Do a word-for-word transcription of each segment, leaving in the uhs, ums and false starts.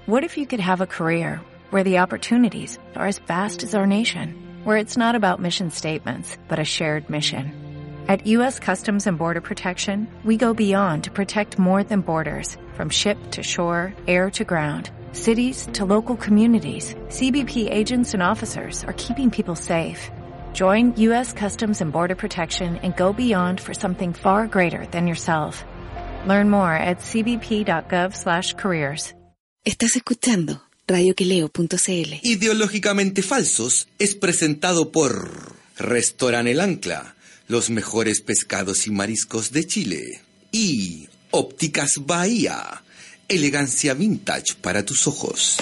What if you could have a career where the opportunities are as vast as our nation, where it's not about mission statements, but a shared mission? At U S Customs and Border Protection, we go beyond to protect more than borders, from ship to shore, air to ground, cities to local communities. C B P agents and officers are keeping people safe. Join U S Customs and Border Protection and go beyond for something far greater than yourself. Learn more at c b p dot gov slash careers. Estás escuchando radio que leo punto c l. Ideológicamente Falsos es presentado por Restaurant El Ancla, los mejores pescados y mariscos de Chile, y Ópticas Bahía, elegancia vintage para tus ojos.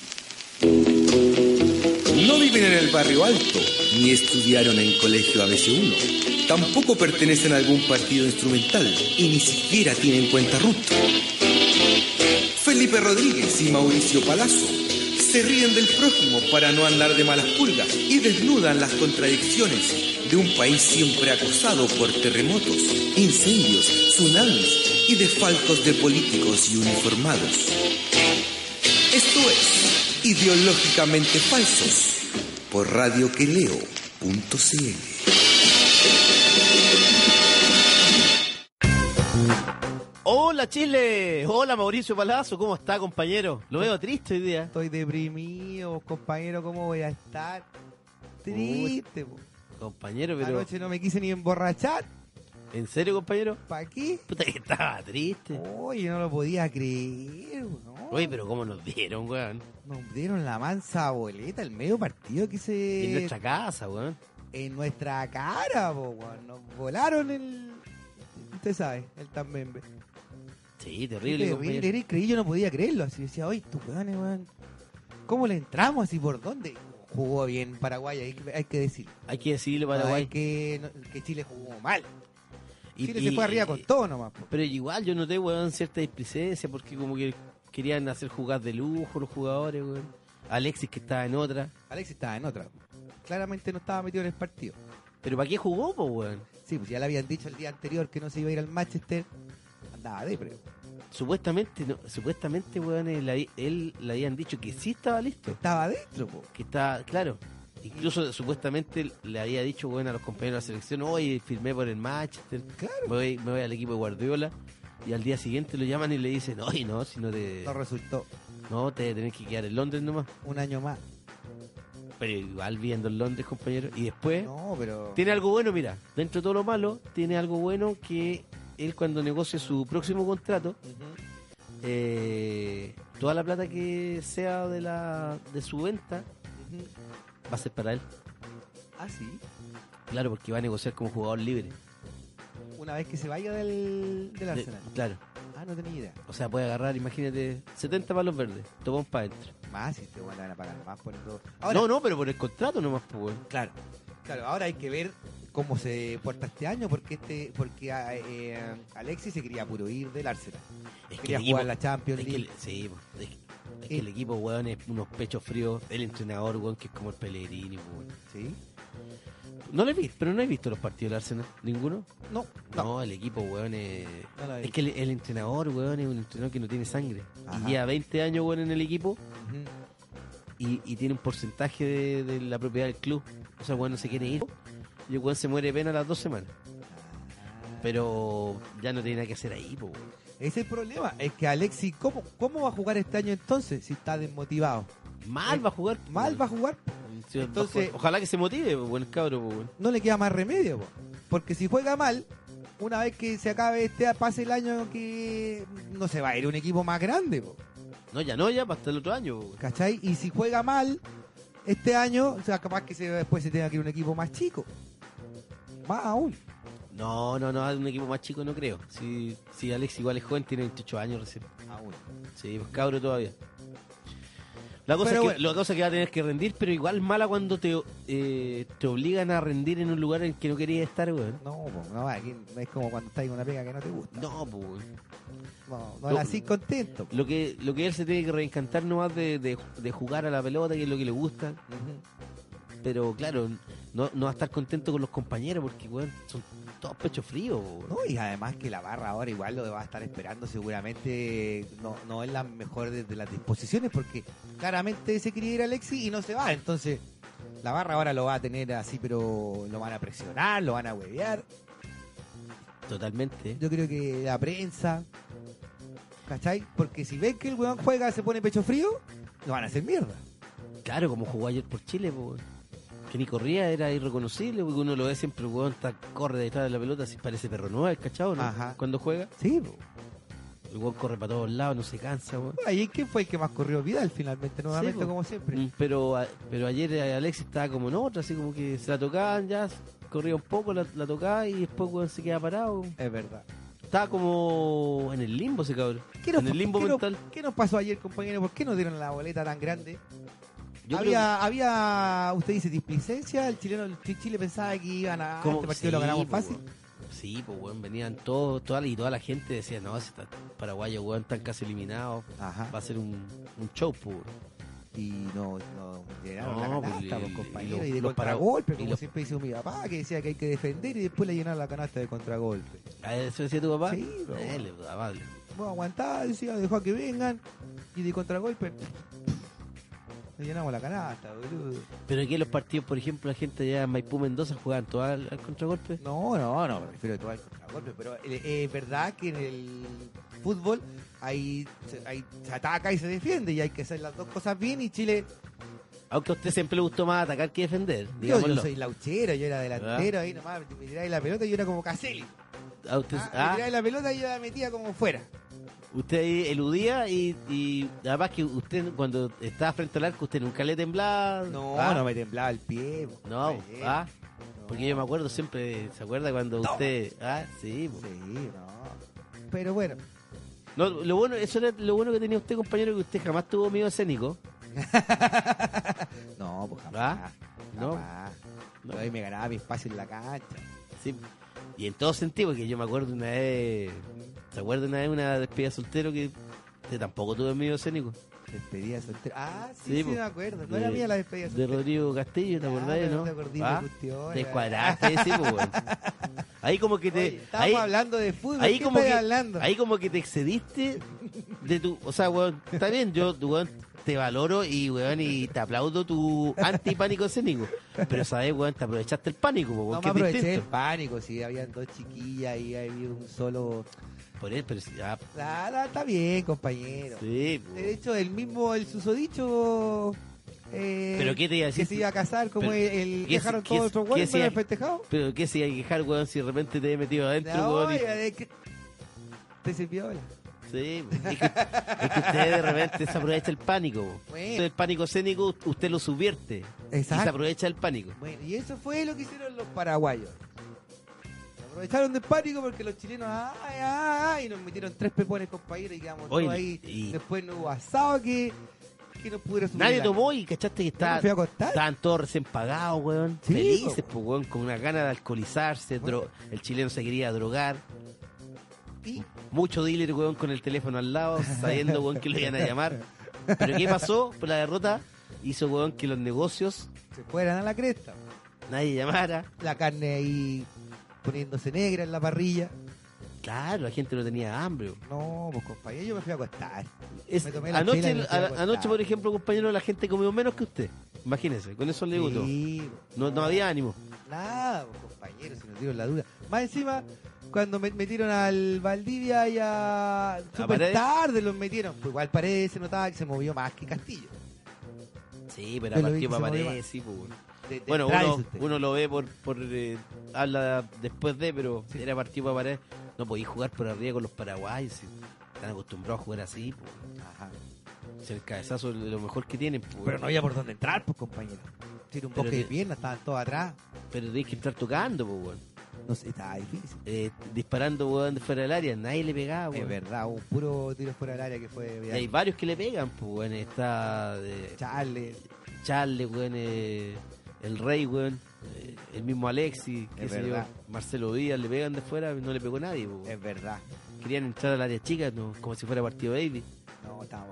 No viven en el barrio alto, ni estudiaron en colegio A B C uno, tampoco pertenecen a algún partido instrumental y ni siquiera tienen cuenta R U T. Felipe Rodríguez y Mauricio Palazzo se ríen del prójimo para no andar de malas pulgas y desnudan las contradicciones de un país siempre acosado por terremotos, incendios, tsunamis y desfalcos de políticos y uniformados. Esto es Ideológicamente Falsos por radio que leo punto c l. Hola Chile, hola Mauricio Palazzo, ¿cómo está, compañero? Lo veo triste hoy día. Estoy deprimido, compañero, ¿cómo voy a estar? Triste, po. Compañero, pero... Anoche no me quise ni emborrachar. ¿En serio, compañero? ¿Para qué? Puta que estaba triste. Oye, no lo podía creer, ¿no? Oye, pero ¿cómo nos dieron, weón? Nos dieron la mansa boleta, el medio partido que se... En nuestra casa, weón. En nuestra cara, po, weón. Nos volaron el... Usted sabe, el Tambembe. Sí, terrible, terrible. Era increíble, yo no podía creerlo. Así decía, oye, tú, weón, weón, ¿cómo le entramos así? ¿Por dónde? Jugó bien Paraguay, hay que, hay que decirlo. Hay que decirle Paraguay. No, hay que, no, que Chile jugó mal. Y, Chile y, se fue arriba con todo nomás. Po. Pero igual yo noté, weón, cierta displicencia porque como que querían hacer jugadas de lujo los jugadores, weón. Alexis que estaba en otra. Alexis estaba en otra. Claramente no estaba metido en el partido. ¿Pero para qué jugó, po, weón? Sí, pues ya le habían dicho el día anterior que no se iba a ir al Manchester. Andaba de pre. Supuestamente, no, supuestamente, weón, él, él le habían dicho que sí estaba listo. Estaba adentro, po. Que estaba, claro. Incluso supuestamente le había dicho, weón, a los compañeros de la selección, oye, firmé por el Manchester, claro. me, voy, me voy al equipo de Guardiola. Y al día siguiente lo llaman y le dicen, oye, no, si no te... No resultó. No, te tenés que quedar en Londres nomás. Un año más. Pero igual viendo en Londres, compañero. Y después, no, pero... tiene algo bueno, mira, dentro de todo lo malo, tiene algo bueno que él cuando negocie su próximo contrato, uh-huh. eh, toda la plata que sea de la de su venta, uh-huh. va a ser para él. ¿Ah, sí? Claro, porque va a negociar como jugador libre. Una vez que se vaya del, del Arsenal. De, claro. Ah, no tenía idea. O sea, puede agarrar, imagínate, setenta palos verdes, tomamos para adentro. Más, si te van a pagar más por el todo. Ahora, no, no, pero por el contrato nomás, pues. Claro. Claro, ahora hay que ver cómo se porta este año, porque este porque eh, Alexis se quería puro ir del Arsenal. Es quería que jugar equipo, la Champions es League. Que el, sí, es, que, es que el equipo, weón, es unos pechos fríos. El entrenador, weón, que es como el Pellegrini, weón. ¿Sí? No lo he visto, pero no he visto los partidos del Arsenal. ¿Ninguno? No. No, no el equipo, weón, es... No es que el, el entrenador, weón, es un entrenador que no tiene sangre. Ajá. Y lleva veinte años, weón, en el equipo. Uh-huh. y, y tiene un porcentaje de, de la propiedad del club. O sea, weón, no se quiere ir. Y el weón se muere de pena a las dos semanas. Pero ya no tiene nada que hacer ahí, po, weón. Ese es el problema. Es que Alexis, ¿cómo, ¿cómo va a jugar este año entonces si está desmotivado? Mal va a jugar. Mal va a jugar. Sí, entonces, jugar. Ojalá que se motive, buen cabro. Buen. No le queda más remedio, po. Porque si juega mal, una vez que se acabe este, pase el año que no se va a ir un equipo más grande, po. No, ya no, ya hasta el otro año. Buen. ¿Cachai? Y si juega mal este año, o sea, capaz que se, después se tenga que ir un equipo más chico. Más aún. No, no, no, un equipo más chico no creo. Si, si Alex igual es joven, tiene veintiocho años recién. Aún. Sí, pues cabro todavía. La cosa, es que, bueno. la cosa que va a tener que rendir, pero igual mala cuando te eh, te obligan a rendir en un lugar en que no querías estar, güey. No, no, aquí es como cuando estás en una pega que no te gusta. No, pues. No, no la así contento. Lo que, lo que él se tiene que reencantar nomás de, de, de jugar a la pelota, que es lo que le gusta. Uh-huh. Pero claro, no, no va a estar contento con los compañeros porque, weón, son todos pecho frío, weón. No, y además que la barra ahora igual lo va a estar esperando seguramente, no, no es la mejor de, de las disposiciones porque claramente se quería ir Alexis y no se va, entonces la barra ahora lo va a tener así, pero lo van a presionar, lo van a huevear. Totalmente. Yo creo que la prensa, ¿cachai? Porque si ven que el weón juega, se pone pecho frío, lo van a hacer mierda. Claro, como jugó ayer por Chile, po, weón. Que ni corría, era irreconocible, porque uno lo ve siempre, el weón está, corre detrás de la pelota, así parece perro nuevo, ¿cachado? ¿No? Ajá. Cuando juega. Sí, po. El weón corre para todos lados, no se cansa, weón. Ahí quién fue el que más corrió, Vidal, finalmente, nuevamente, Sí, po. como siempre. Mm, Pero, a- pero ayer eh, Alexis estaba como en otra, así como que se la tocaban ya, corría un poco, la, la tocaba y después weón, se queda parado. Es verdad. Estaba como en el limbo ese cabrón. ¿Qué nos, En el limbo qué nos- mental. ¿Qué nos pasó ayer, compañero? ¿Por qué nos dieron la boleta tan grande? Yo había, había, usted dice, displicencia. El chileno, el Chi- Chile pensaba que iban a creo- este partido lo ganamos po, fácil. weón. Sí, pues weón, venían todos, toda, la- y toda la gente decía, no, si está paraguayo, weón, están casi eliminados. Ajá. Va a ser un, un show, pues. Y no, no llenaron No, la pues, canasta, y- pues, y compañero. los- Y, de los contragolpe, para- y como los- siempre dice mi papá, que decía que hay que defender y después le llenaron la canasta de contragolpe. ¿A ¿Eso decía tu papá? Sí, bro. Eh, le daba mal. Bueno, aguantaba, decía, dejó a que vengan. Y de contragolpe, le llenamos la canasta, boludo. Pero aquí en los partidos, por ejemplo, la gente allá en Maipú, Mendoza, jugaban todos al, al contragolpe. No, no, no, me refiero a todo el contragolpe, pero eh, es verdad que en el fútbol hay, se, hay- se ataca y se defiende y hay que hacer las dos cosas bien y Chile, Aunque a usted siempre le gustó más atacar que defender, yo, digámoslo. yo soy lauchero, yo era delantero ahí nomás, me tiráis la pelota y yo era como Caselli. A usted, Ah, ah, me tiráis la pelota y yo la metía como fuera. usted ahí eludía y, y además que usted cuando estaba frente al arco, usted nunca le temblaba. No, ah, no me temblaba el pie. po, No, compañero. ah, No. porque yo me acuerdo siempre, ¿se acuerda cuando Toma. usted, ah, sí, po. Sí, no. Pero bueno, No, lo bueno, eso era lo bueno que tenía usted, compañero, que usted jamás tuvo miedo escénico. no, pues jamás. ¿Ah? No. Jamás. No. Yo ahí me ganaba mi espacio en la cancha. Sí. Y en todo sentido, porque yo me acuerdo una vez, ¿se acuerda una vez una despedida de soltero que usted tampoco tuvo miedo escénico? Despedida soltera. Ah, sí, Sí, sí, po. me acuerdo. No De- era mía la despedida De soltera. Rodrigo Castillo, ¿te Ah, acordás, pero no? no te acordí, ¿Ah? me cuestiona. Te cuadraste, sí, pues, weón. Ahí como que te... Oye, estábamos ahí, hablando de fútbol. ahí ¿qué como estáis que, hablando? ahí como que te excediste de tu... O sea, weón, está bien, yo, weón, te valoro y, weón, y te aplaudo tu antipánico escénico. Pero, ¿sabes, weón? Te aprovechaste el pánico, po, weón, No que me es aproveché del distinto. pánico, sí, habían dos chiquillas y había un solo... Por él, pero sí, ah, Ah, ah, está bien, compañero. sí, po. De hecho, el mismo, el susodicho... Eh, ¿Pero qué te iba a decir? Que se iba a casar, como Pero, el, el ¿qué dejaron si- todos qué- otros qué güeyes si para hay- el festejado. Pero, ¿qué se iba a quejar, weón, si de repente te he metido adentro, No, weón? y- oiga, es que... Te sirvió la... Sí, es que, es que usted de repente se aprovecha el pánico. po. Bueno. Entonces, el pánico escénico usted lo subvierte. Y Exacto. se aprovecha el pánico. Bueno, y eso fue lo que hicieron los paraguayos. Se aprovecharon del pánico porque los chilenos, ay, ay, ay, y nos metieron tres pepones, compañeros, y quedamos Oye, todos ahí. y- Después no hubo asado que, que nos pudiera subir. Nadie el tomó y cachaste que Yo me está, fui a acostar. estaban todos recién pagados, weón. Sí, Felices, po. pues, weón, con una gana de alcoholizarse. Bueno. dro- El chileno se quería drogar. Y Mucho dealer, weón, con el teléfono al lado, sabiendo, weón, que lo iban a llamar. Pero ¿qué pasó? Pues la derrota hizo, weón, que los negocios se fueran a la cresta. nadie llamara. La carne ahí poniéndose negra en la parrilla. Claro, la gente no tenía hambre. weón. No, pues compañero, yo me fui a acostar. Es- Me tomé la anoche, chela y me fui a a- acostar. anoche, por ejemplo, compañero, la gente comió menos que usted. Imagínese, con eso le digo todo. Sí, No, no había ánimo. nada, pues, compañero, si nos dieron la duda. Más encima, cuando me metieron al Valdivia y a... Súper Paredes? tarde los metieron. Pues igual Paredes se notaba que se movió más que Castillo. Sí, pero Yo a lo vi partido que se para movió pared, más. sí, pues, bueno. De- de Bueno, entrada, uno, dice usted. uno lo ve por, por eh, habla después de, pero era partido para pared. No podía jugar por arriba con los paraguayos. sí. Están acostumbrados a jugar así, pues. Ajá. Si el cabezazo es lo mejor que tienen, pues. Pero no había por dónde entrar, pues, compañero. Tiene un Pero bosque de te- piernas, estaban todos atrás. Pero tienes que entrar tocando, pues, weón. No sé, estaba difícil. Eh, disparando, weón, de fuera del área. Nadie le pegaba, Es weón. verdad, un puro tiro fuera del área que fue... Y hay varios que le pegan, pues, weón. Está de Charles. Charles, weón, eh, el Rey, weón, eh, el mismo Alexis, qué Es sé yo, verdad. Marcelo Díaz, le pegan de fuera, no le pegó nadie, po, weón. Es verdad. Querían entrar al área chica, no, como si fuera partido baby. No, estábamos cagados.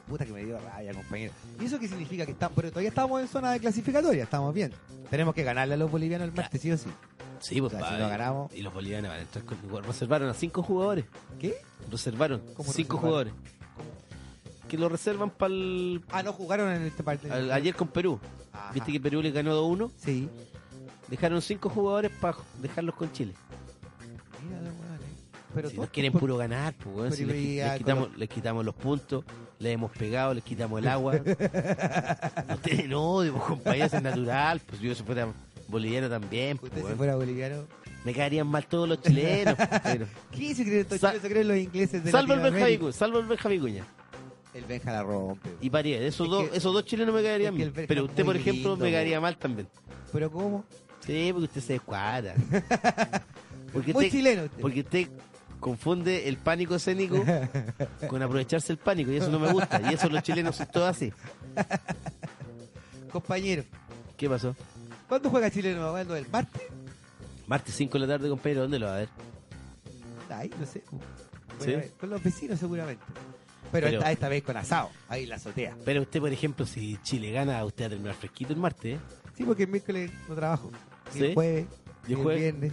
puta que me dio rabia, compañero. ¿Y eso qué significa? Que estamos, pero todavía estamos en zona de clasificatoria, estamos bien. Tenemos que ganarle a los bolivianos el martes, sí o sí. Sí, pues O sea, pa, si no ganamos- y los bolivianos van a entrar con- reservaron a cinco jugadores. ¿Qué? Reservaron ¿Cómo cinco reservaron? jugadores. Que lo reservan para el Ah, no jugaron en este partido. ayer con Perú. Ajá. Viste que Perú le ganó dos uno. Sí. Dejaron cinco jugadores para dejarlos con Chile. Mira los weones. Pero Si todos nos quieren por- puro ganar, pues, weón, Pero si y les, qui- veía les con quitamos, les quitamos los puntos, les hemos pegado, les quitamos el agua. No tienen odio, pues, compañeros, es natural. Pues yo si fuera boliviano también, pues, Usted si weón. fuera boliviano. Me caerían mal todos los chilenos. pero- ¿Qué se creen estos Sa- chilenos? Se creen los ingleses de Salvo el Benja Latinoamérica. Vicuña, salvo el Benja Vicuña. El Benja la rompe. Y Paredes, esos, Es dos, que- esos dos chilenos me caerían es que el bien. Benja Pero es usted, por muy ejemplo, lindo, me caería po. mal también. ¿Pero cómo? Sí, porque usted se descuadra. Porque Muy usted, chileno usted. porque usted confunde el pánico escénico con aprovecharse el pánico y eso no me gusta. Y eso los chilenos son todos así. Compañero, ¿Qué pasó? ¿cuándo juega Chile Nueva Zelanda? ¿El martes? Martes cinco de la tarde, compañero, ¿dónde lo va a ver? Ahí, no sé. Bueno, ¿Sí? a ver, con los vecinos seguramente. Pero, Pero- esta, esta vez con asado, ahí en la azotea. Pero usted, por ejemplo, si Chile gana, usted va a terminar fresquito el martes, ¿eh? Sí, porque el miércoles no trabajo. Ni ¿Sí? el jueves, ¿Y el ni jueves? viernes.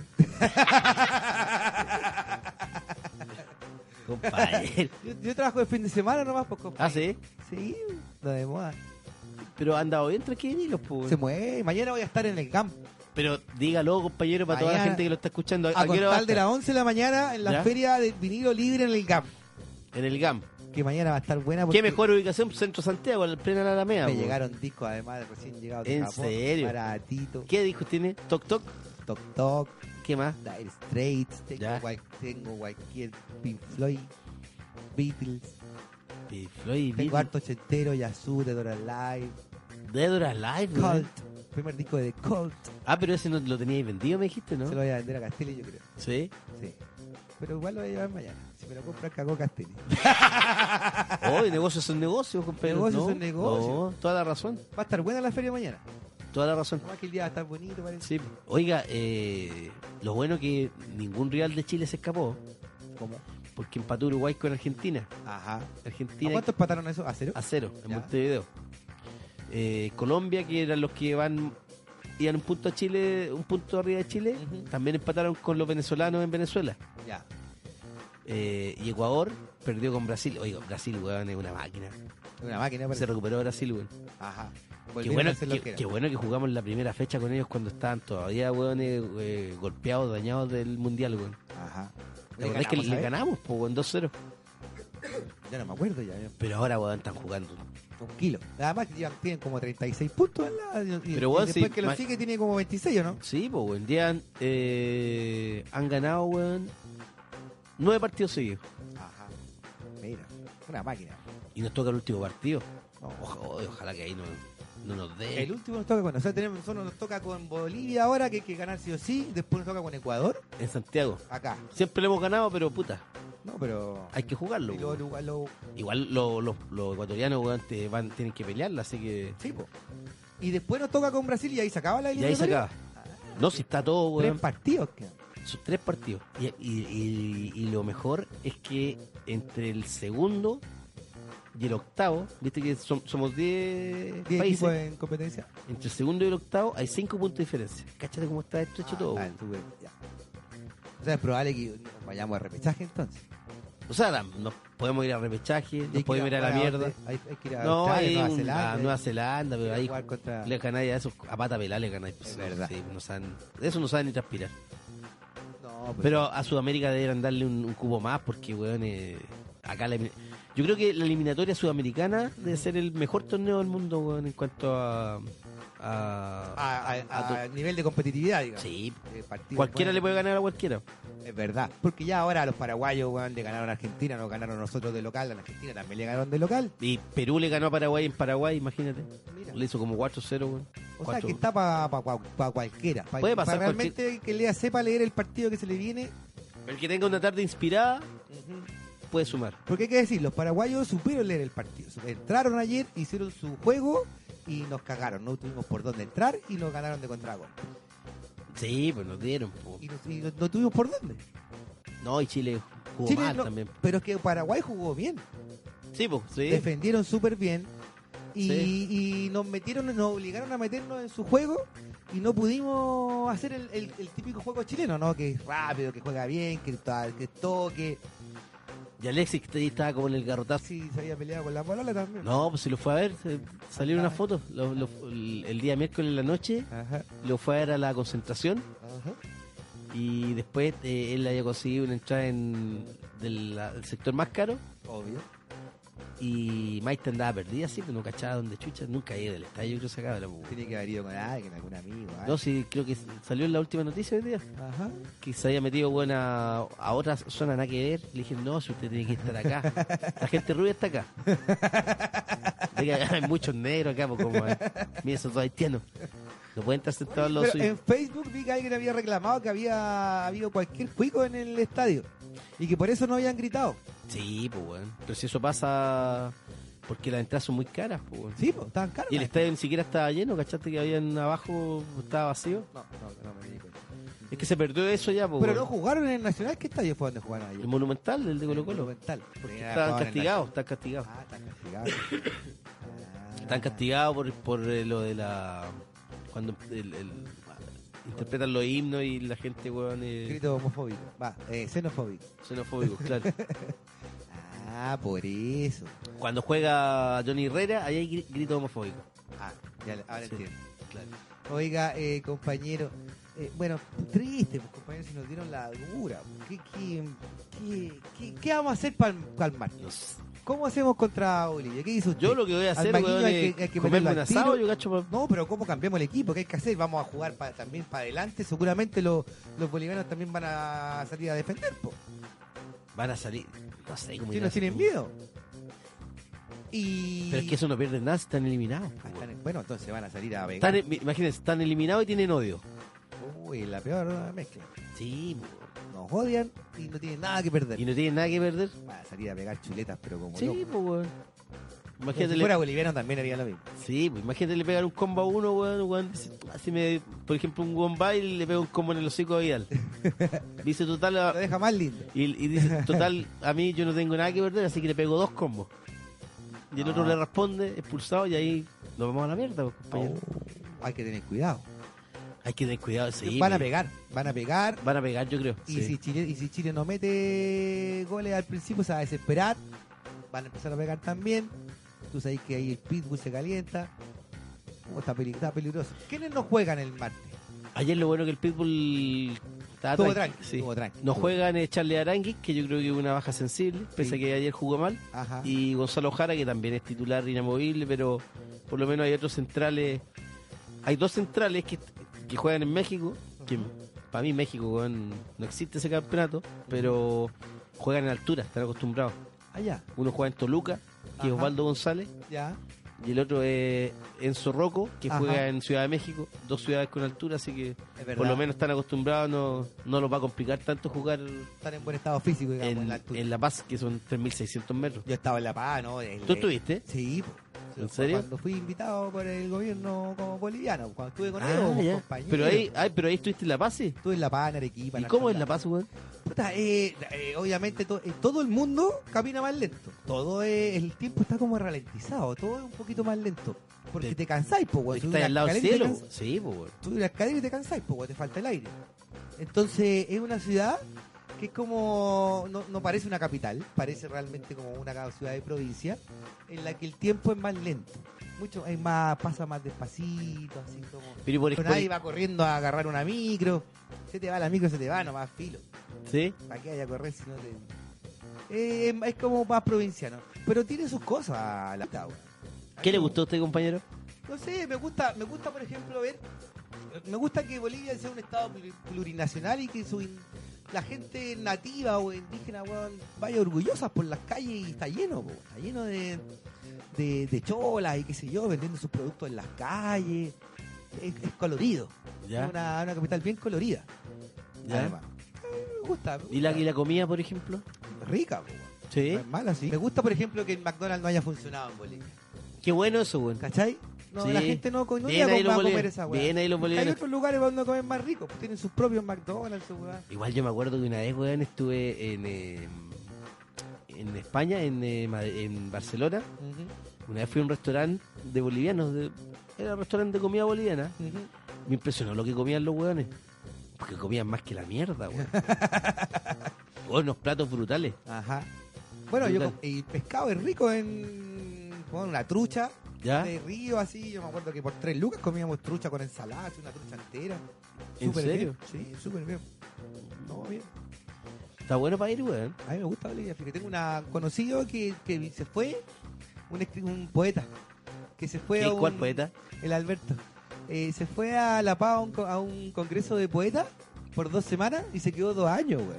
Compañero. Yo, yo trabajo de fin de semana nomás, pues, compañero. Ah, ¿sí? Sí, lo de moda. Pero han dado bien tranquilos, pues. Se mueve. Mañana voy a estar en el camp. Pero dígalo, compañero, para toda la Mañana- gente que lo está escuchando. ¿A, A a qué hora va a contar de estar? las once de la mañana en la ¿Ya? feria de vinilo libre en el camp. En el GAM. Que mañana va a estar buena porque ¿Qué mejor ubicación? Centro Santiago, al pleno Alameda. me po. llegaron discos además de recién llegados de ¿En Japón. serio? Baratito. ¿Qué discos tiene? ¿Toc Toc? Toc Toc, ¿Qué más? Dire Straits, tengo, Ya. cual- tengo cualquier Pink Floyd, Beatles, Pink Floyd, tengo Beatles, harto ochentero, Yazoo, Dead or Alive, Dead or Alive, weón. Cult, primer disco de Cult. Ah, pero ese no lo teníais vendido, me dijiste, ¿no? Se lo voy a vender a Castelli, yo creo. Sí. Sí. Pero igual lo voy a llevar mañana. Si me lo compra, cagó Castelli. Hoy negocios son negocios, compañero. Negocios ¿no? son negocios. No, toda la razón. Va a estar buena la feria mañana. Toda la razón. Nomás que el día va a estar bonito, parece. Sí. Oiga, eh, lo bueno que ningún rival de Chile se escapó, ¿Cómo? porque empató Uruguay con Argentina. Ajá. ¿A Argentina cuánto empataron eso? ¿A cero? a cero en Ya. Montevideo. Eh, Colombia, que eran los que van iban un punto a Chile, un punto arriba de Chile, Ujú. también empataron con los venezolanos en Venezuela. Ya. Eh, y Ecuador perdió con Brasil. Oiga, Brasil, weón, es una máquina. Una máquina, Se parece. recuperó Brasil, weón. Ajá. Qué Volvieron bueno, a hacer lo qué, que era. qué bueno que jugamos la primera fecha con ellos cuando estaban todavía, weón, eh, eh, golpeados, dañados del Mundial, weón. Ajá. La verdad es que ganamos, le ¿sabes? ganamos, pues, weón, dos cero. Ya no me acuerdo ya. ya. Pero ahora, weón, están jugando. Un kilo. Además que ya tienen como treinta y seis puntos. en la- y- y Pero, weón, después sí, que lo ma- sigue tiene como veintiséis, ¿o no? Sí, pues, weón, ya han, eh, han ganado, weón, nueve partidos seguidos. Ajá. Mira, una máquina. Y nos toca el último partido. Oja- ojalá que ahí no, no nos dé. El último nos toca con, o sea, tenemos, solo nos toca con Bolivia ahora, que hay que ganar sí o sí. Después nos toca con Ecuador, En Santiago. acá. Siempre lo hemos ganado, pero puta, No, pero. hay que jugarlo. y luego, weón. luego- luego- Igual lo- lo- los ecuatorianos, weón, te van, tienen que pelearla, así que. sí, po. Y después nos toca con Brasil y ahí se acaba la Y ahí se eliminatoria. acaba. No, si está todo, Tres weón. partidos quedan. Son tres partidos. Y, y- y- y lo mejor es que entre el segundo y el octavo, viste que son- somos diez diez países. equipos en competencia. Entre el segundo y el octavo hay cinco puntos de diferencia. Cáchate cómo está esto hecho Ah, todo. ah, weón. súper, ya. O sea, es probable que vayamos a repechaje entonces. O sea, la- nos podemos ir a repechaje, Y nos hay que podemos ir a la jugar mierda. dónde? Hay, hay que ir a No, Australia, hay Nueva un- Zelanda. a Nueva Zelanda, pero hay que ahí jugar contra... le ganáis a esos, a pata pelada le ganáis. pues, Es no, verdad. sí, no saben, eso no saben ni transpirar. No, pues, Pero a Sudamérica deberían darle un, un cubo más porque, weón, eh, acá la, yo creo que la eliminatoria sudamericana debe ser el mejor torneo del mundo, weón, en cuanto a... a, a, a- a a nivel de competitividad, digamos. sí, De partidos cualquiera le buenos. puede ganar a cualquiera. Es verdad. Porque ya ahora los paraguayos, weón, le ganaron a Argentina, nos ganaron nosotros de local, a la Argentina también le ganaron de local. Y Perú le ganó a Paraguay en Paraguay, imagínate. Mira. Le hizo como cuatro cero, weón. O sea, Cuatro- que está para pa, pa- pa cualquiera. Pa- Puede pa pasar realmente que lea, sepa leer el partido que se le viene. El que tenga una tarde inspirada puede sumar. Porque hay que decir, los paraguayos supieron leer el partido. Entraron ayer, hicieron su juego y nos cagaron. No tuvimos por dónde entrar y nos ganaron de contragolpe. Sí, pues nos dieron. po. Y, nos- y no, no tuvimos por dónde. No, y Chile jugó Chile mal no- también. Pero es que Paraguay jugó bien. Sí, pues, sí. defendieron súper bien y, Sí. y nos metieron, nos obligaron a meternos en su juego y no pudimos hacer el, el- el típico juego chileno, ¿no? Que es rápido, que juega bien, que, ta- que toque. Y Alexis que ahí estaba como en el garrotazo. Sí, se había peleado con la polola también. No, pues si lo fue a ver, se- salieron Ah. unas fotos. Lo- lo- el, el día miércoles en la noche Ajá, lo fue a ver a la concentración ajá. y después eh, él había conseguido una entrada en del, la- del sector más caro Obvio. y Maite andaba perdida, así, pero no cachaba donde chucha, nunca ha ido del estadio, yo creo que se acaba la Tiene que haber ido con alguien, algún amigo. ¿eh? No, sí, creo que salió en la última noticia hoy día. Ajá. Que se había metido bueno, a, a otra zona nada que ver. Le dije, no, si usted tiene que estar acá. La gente rubia está acá. De que hay muchos negros acá, pues como eh, mira, esos dos haitianos. No pueden estar sentados los Pero suyos. en Facebook vi que alguien había reclamado que había habido cualquier cuico en el estadio y que por eso no habían gritado. Sí, pues bueno. Pero si eso pasa porque las entradas son muy caras, pues bueno. Sí, pues, estaban caros. Y el estadio ni siquiera estaba lleno, ¿cachaste? Que habían abajo, estaba vacío. No, no, no me di cuenta. Es que se perdió eso ya, pues Pero bueno. no jugaron en el Nacional. ¿Qué estadio fue donde jugaron El ayer? Monumental, el de Colo Colo. Monumental. Porque Estaban castigados, están castigados. Ah, están castigados. Ah. Están castigados por, por eh, lo de la... Cuando el, el- interpretan los himnos y la gente, weón, eh, Grito homofóbico. Va, eh, xenofóbico. xenofóbicos, claro. Ah, por eso. Cuando juega Johnny Herrera, ahí hay gri- grito homofóbico. Ah, ya, ahora Sí, entiendo. claro. Oiga, eh, compañero, eh, bueno, triste, pues compañeros, si nos dieron la dura. ¿Qué, qué, qué, qué, qué vamos a hacer para calmar? No sé. ¿Cómo hacemos contra Bolivia? ¿Qué hizo usted? Yo lo que voy a Al hacer, Maguinho weón, hay es que- hay que comerme un meterlo al asado, tiro. yo cacho, pa- No, pero ¿cómo cambiamos el equipo? ¿Qué hay que hacer? Vamos a jugar pa- también para adelante. Seguramente lo- los bolivianos también van a salir a defender, po. van a salir, no sé cómo Si irán. no tienen miedo. Y... Pero es que eso no pierde nada, están eliminados. Ah, po, están weón. en- Bueno, entonces van a salir a Están, pegar. eh, imagínense, están eliminados y tienen odio. Uy, la peor mezcla. Sí, po, Nos odian y no tienen nada que perder. y no tienen nada que perder. Van a salir a pegar chuletas, pero como Sí, locos. pues, weón. Pero Imagínate, si le- fuera boliviano también haría lo mismo. Sí, pues imagínate le pegar un combo a uno, weón, weón. dice, Así me, por ejemplo, un weón va y le pega un combo en el hocico a Vidal. Dice total, Lo a- deja más lindo. y, y dice total, a mí yo no tengo nada que perder, así que le pego dos combos. Y el otro Ah. le responde, expulsado, y ahí nos vamos a la mierda, pues, compañero. Hay que tener cuidado. Hay que tener cuidado, sí. van a pues, pegar, van a pegar. Van a pegar, yo creo. Y, sí. si Chile, y si Chile no mete goles al principio, se va a desesperar. Van a empezar a pegar también. Tú sabes que ahí el pitbull se calienta. Oh, está, peli- está peligroso. ¿Quiénes no juegan el martes? Ayer lo bueno que el Pitbull estaba Estuvo tranqui, tranqui, sí. estuvo tranqui. No Estuvo- juegan eh, Charlie Arangui, que yo creo que es una baja sensible, pese Sí. a que ayer jugó mal. Ajá. Y Gonzalo Jara, que también es titular inamovible, pero por lo menos hay otros centrales. Hay dos centrales que, que juegan en México, que para mí México, weón, no existe ese campeonato, pero juegan en altura, están acostumbrados. Allá. Uno juega en Toluca, que es Ajá. Osvaldo González, Ya. y el otro es Enzo Rocco, que Ajá. juega en Ciudad de México, dos ciudades con altura, así que Es verdad. por lo menos están acostumbrados, no, no los va a complicar tanto jugar Están en buen estado físico, digamos, en, en, la altura. en La Paz, que son tres mil seiscientos metros. Yo estaba en La Paz, ¿no? El- ¿Tú estuviste? Sí. po. ¿En serio? Cuando fui invitado por el gobierno como boliviano, cuando estuve con Ah, ellos, ya. compañero. Pero ahí, ay, pero ahí estuviste en La Paz, ¿sí? Estuve en La Paz, en Arequipa. ¿Y en cómo hartos es La lados. Paz, weón? Puta, eh, eh, obviamente to- eh, todo el mundo camina más lento. Todo es, el tiempo está como ralentizado, todo es un poquito más lento. Porque Te- te, cansáis, po, weón. Subís Estás una al lado del escalera y te cielo. cans- Sí, pues, weón. subís una escalera y te cansáis, po, weón, te falta el aire. Entonces es una ciudad que es como, no, no parece una capital, parece realmente como una ciudad de provincia, en la que el tiempo es más lento. Mucho, hay más, pasa más despacito, así como... Pero y por Pero ejemplo, nadie va corriendo a agarrar una micro. Se te va la micro, se te va nomás, filo. ¿sí? ¿Para qué vaya a correr si no te...? Eh, es- es como más provinciano. Pero tiene sus cosas la weón. ¿Qué le gustó a usted, compañero? No sé, me gusta, me gusta por ejemplo ver... Me gusta que Bolivia sea un estado pluri- plurinacional y que su in- la gente nativa o indígena, weón, vaya orgullosa por las calles y está lleno, po, está lleno de, de, de cholas y qué sé yo, vendiendo sus productos en las calles. Es, es colorido. Ya. Es una, una capital bien colorida. Ya. Además. Eh, me gusta. me ¿Y la, gusta. y la comida, por ejemplo? Rica, po, weón. Sí. No es mala, sí. Me gusta, por ejemplo, que el McDonald's no haya funcionado en Bolivia. Qué bueno eso, weón. ¿Cachai? No, Sí. la gente no, no Bien iba ahí a los comer bolivianos. esa weá. Bien ahí los Hay bolivianos. otros lugares donde comen más rico, pues tienen sus propios McDonald's, su weá. Igual yo me acuerdo que una vez, weón, estuve en, eh, en España, en, eh, Mad- en Barcelona, una vez fui a un restaurante de bolivianos, de, era un restaurante de comida boliviana. Me impresionó lo que comían los hueones. Porque comían más que la mierda, weón. Unos platos brutales. Ajá. Bueno, yo Brutal. com- y pescado es rico en con una trucha ¿Ya? de río así. Yo me acuerdo que por tres lucas comíamos trucha con ensalada, así, una trucha entera. ¿En Súper serio? bien. Sí, súper bien. No, bien. Está bueno para ir, weón. A mí me gusta Bolivia. Fíjate, tengo una conocido que, que se fue, un, escri- un poeta, que se fue ¿Qué- a un, ¿Cuál poeta? El Alberto. Eh, se fue a La Paz a un, co- a un congreso de poetas por dos semanas y se quedó dos años, güey.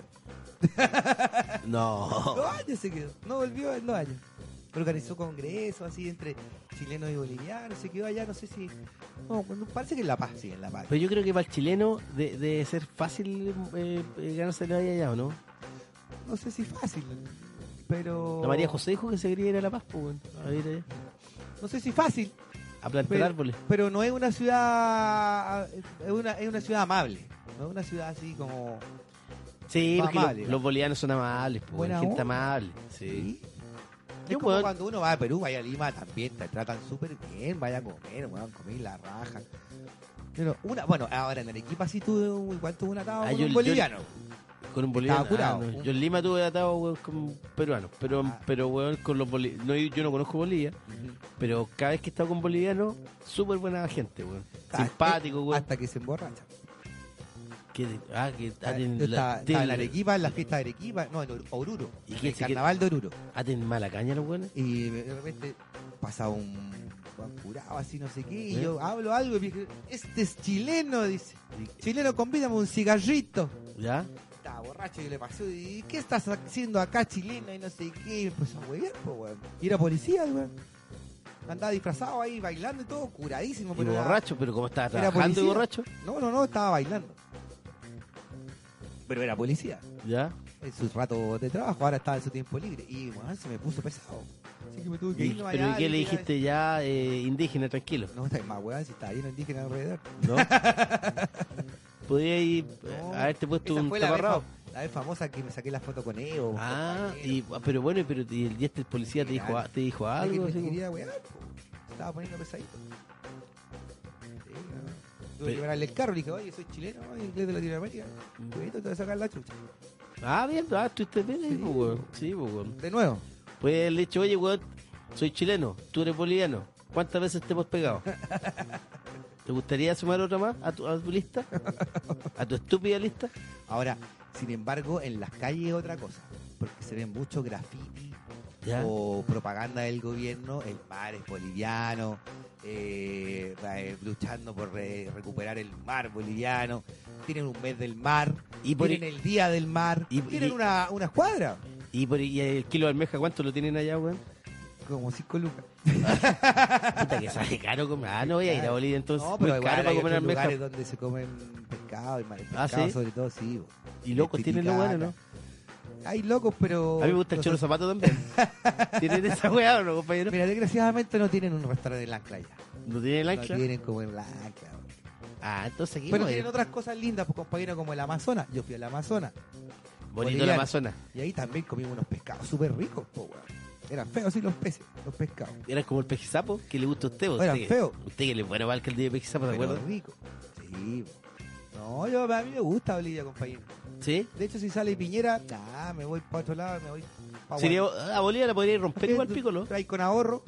No. Dos años se quedó. No volvió en dos años. Organizó congresos así entre chilenos y bolivianos. Se quedó allá, no sé si. No, cuando- parece que en La Paz, sí, en La Paz. Pero yo creo que para el chileno de- debe ser fácil eh, eh, ganarse la vida allá, ¿o no? No sé si fácil, pero. La María José dijo que se quería ir a La Paz, pues, weón. A ir allá. No sé si fácil. A plantar Pero, árboles. pero no es una ciudad. Es una, es una ciudad amable. No es una ciudad así como. Sí, más porque los, amable, los bolivianos son amables, pues, Buena gente onda. amable. Sí. Sí. Qué Es como bueno. cuando uno va a Perú, vaya a Lima, también te tratan súper bien, vaya a comer, weón, comer la raja. Pero una, bueno, ahora en Arequipa sí tuve, igual tuve un atado Ah, con yo- un yo- boliviano. Con un boliviano. Estaba curado. Ah, no. Yo en Lima tuve atado, weón, con peruanos. Pero, Ah. pero weón, con los bolivianos. No, yo no conozco Bolivia. Pero cada vez que he estado con bolivianos, súper buena gente, weón. Ah, Simpático, eh, weón. Hasta que se emborracha. Que, ah, que ah, Yo ten- estaba, la- estaba en ten- Arequipa, en la fiesta de Arequipa, no, en Or- Oruro, ¿Y en qué el se- carnaval de Oruro. Ah, ten mala caña los weones. Y de repente pasa un Juan curado, así no sé qué, y ¿Eh? yo hablo algo y me dije, este es chileno, dice. Chileno, convídame un cigarrito. ¿Ya? Estaba borracho y le pasó, y ¿qué estás haciendo acá, chileno? Y no sé qué, y me empezó a huevear, pues, weón. Y era policía, weón. Andaba disfrazado ahí, bailando y todo, curadísimo. Y pero era- borracho, pero como estaba era trabajando y policía. borracho. No, no, no, estaba bailando. Pero era policía. ¿Ya? En sus ratos de trabajo, ahora estaba en su tiempo libre. Y, weón, se me puso pesado. Así que me tuve que Y- ir. no, ¿Pero allá, y qué le y- dijiste ya, eh, indígena, tranquilo? No, está más, weón, si está lleno de indígenas alrededor. ¿No? Podía ir, No, haberte puesto esa un fue la vez, taparrado. fam- la vez famosa que me saqué la foto con Evo. con Ah, compañeros. y, pero bueno, pero y el día este el policía te dijo, Legal. te dijo La que algo. me así como- quería wear, po. Estaba poniendo pesadito. Sí, no. Tuve Pero- que pararle el carro y le dije, oye, soy chileno, oye, inglés de Latinoamérica. Mm. Cuidado, te voy a sacar la chucha. Ah, bien, ah, estuviste bien ahí, Sí. pues, weón. Sí, pues, weón. De nuevo. Puede haberle dicho, oye, weón, soy chileno, tú eres boliviano. ¿Cuántas veces te hemos pegado? ¿Te gustaría sumar otra más a tu, a tu lista? ¿A tu estúpida lista? Ahora, sin embargo, en las calles es otra cosa. Porque se ven mucho graffiti Ya. o propaganda del gobierno. El mar es boliviano. eh, eh, luchando por re- recuperar el mar boliviano. Tienen un mes del mar. Y por tienen i- el día del mar. y- tienen y- una, una escuadra. ¿Y, por, ¿Y el kilo de almeja cuánto lo tienen allá, weón? Como cinco lucas. Puta que sale caro comer. Ah, no voy a ir a Bolivia entonces. No, Muy pero igual caro para hay comer otros almeja. lugares donde se comen pescado y mar- Ah, pescado ¿sí? sobre todo, sí. bo. Y locos tienen lo bueno, ¿no? Hay locos, pero... A mí me gusta el choro zapato también. ¿Tienen esa weá o no, compañero? Mira, desgraciadamente no tienen un restaurante en la Ancla ya. ¿No tienen el No ancla? tienen como en la Ancla. bo. Ah, entonces aquí Pero no tienen es. otras cosas lindas, pues, compañero, como el Amazonas. Yo fui al Amazonas. Bonito el boliviano. Amazonas. Y ahí también comimos unos pescados súper ricos, po, weón. Eran feos, sí, los peces, los pescados. Era como el pejizapo que le gusta a usted. ¿O Eran usted, feos. Usted que le pone mal que el día de pejizapo, ¿se Pero acuerda? ricos. Sí, po. No, yo, a mí me gusta Bolivia, compañero. ¿Sí? De hecho, si sale Piñera, ah, me voy para otro lado, me voy para Sería, a Bolivia la podría romper igual pico, ¿no? Ahí con ahorro,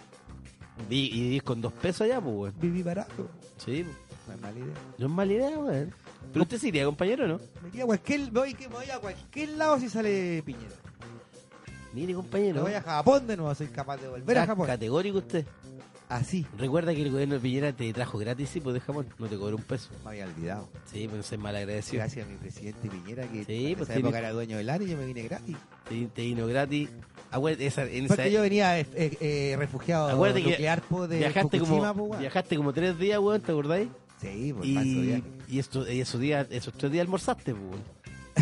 Vi- Y vivís con dos pesos allá, pues, weón. viví barato. Sí, pues. No es mala idea. No es mala idea, weón. Pero usted se iría, compañero, ¿no? Me iría a cualquier, me voy, me voy a cualquier lado si sale Piñera. Mire, Me compañero. voy a Japón de nuevo, soy capaz de volver a Ca- Japón. Categórico usted. Así, Recuerda que el gobierno de Piñera te trajo gratis, sí, pues de Japón. No te cobró un peso. me había olvidado. Sí, pues no seas mal agradecido. Gracias a mi presidente Piñera, que Sí, en pues esa tiene- época era dueño del área y yo me vine gratis. Te, te vino gratis. Acuérdate, esa, en esa, Porque yo venía eh, eh, eh, refugiado Acuérdate que nuclear po, de viajaste, Fukushima, como, po, weón. viajaste como tres días, weón, ¿te acordáis? Sí, por falso Y, viaje. y, esto, y esos, días, esos tres días almorzaste, pues, weón.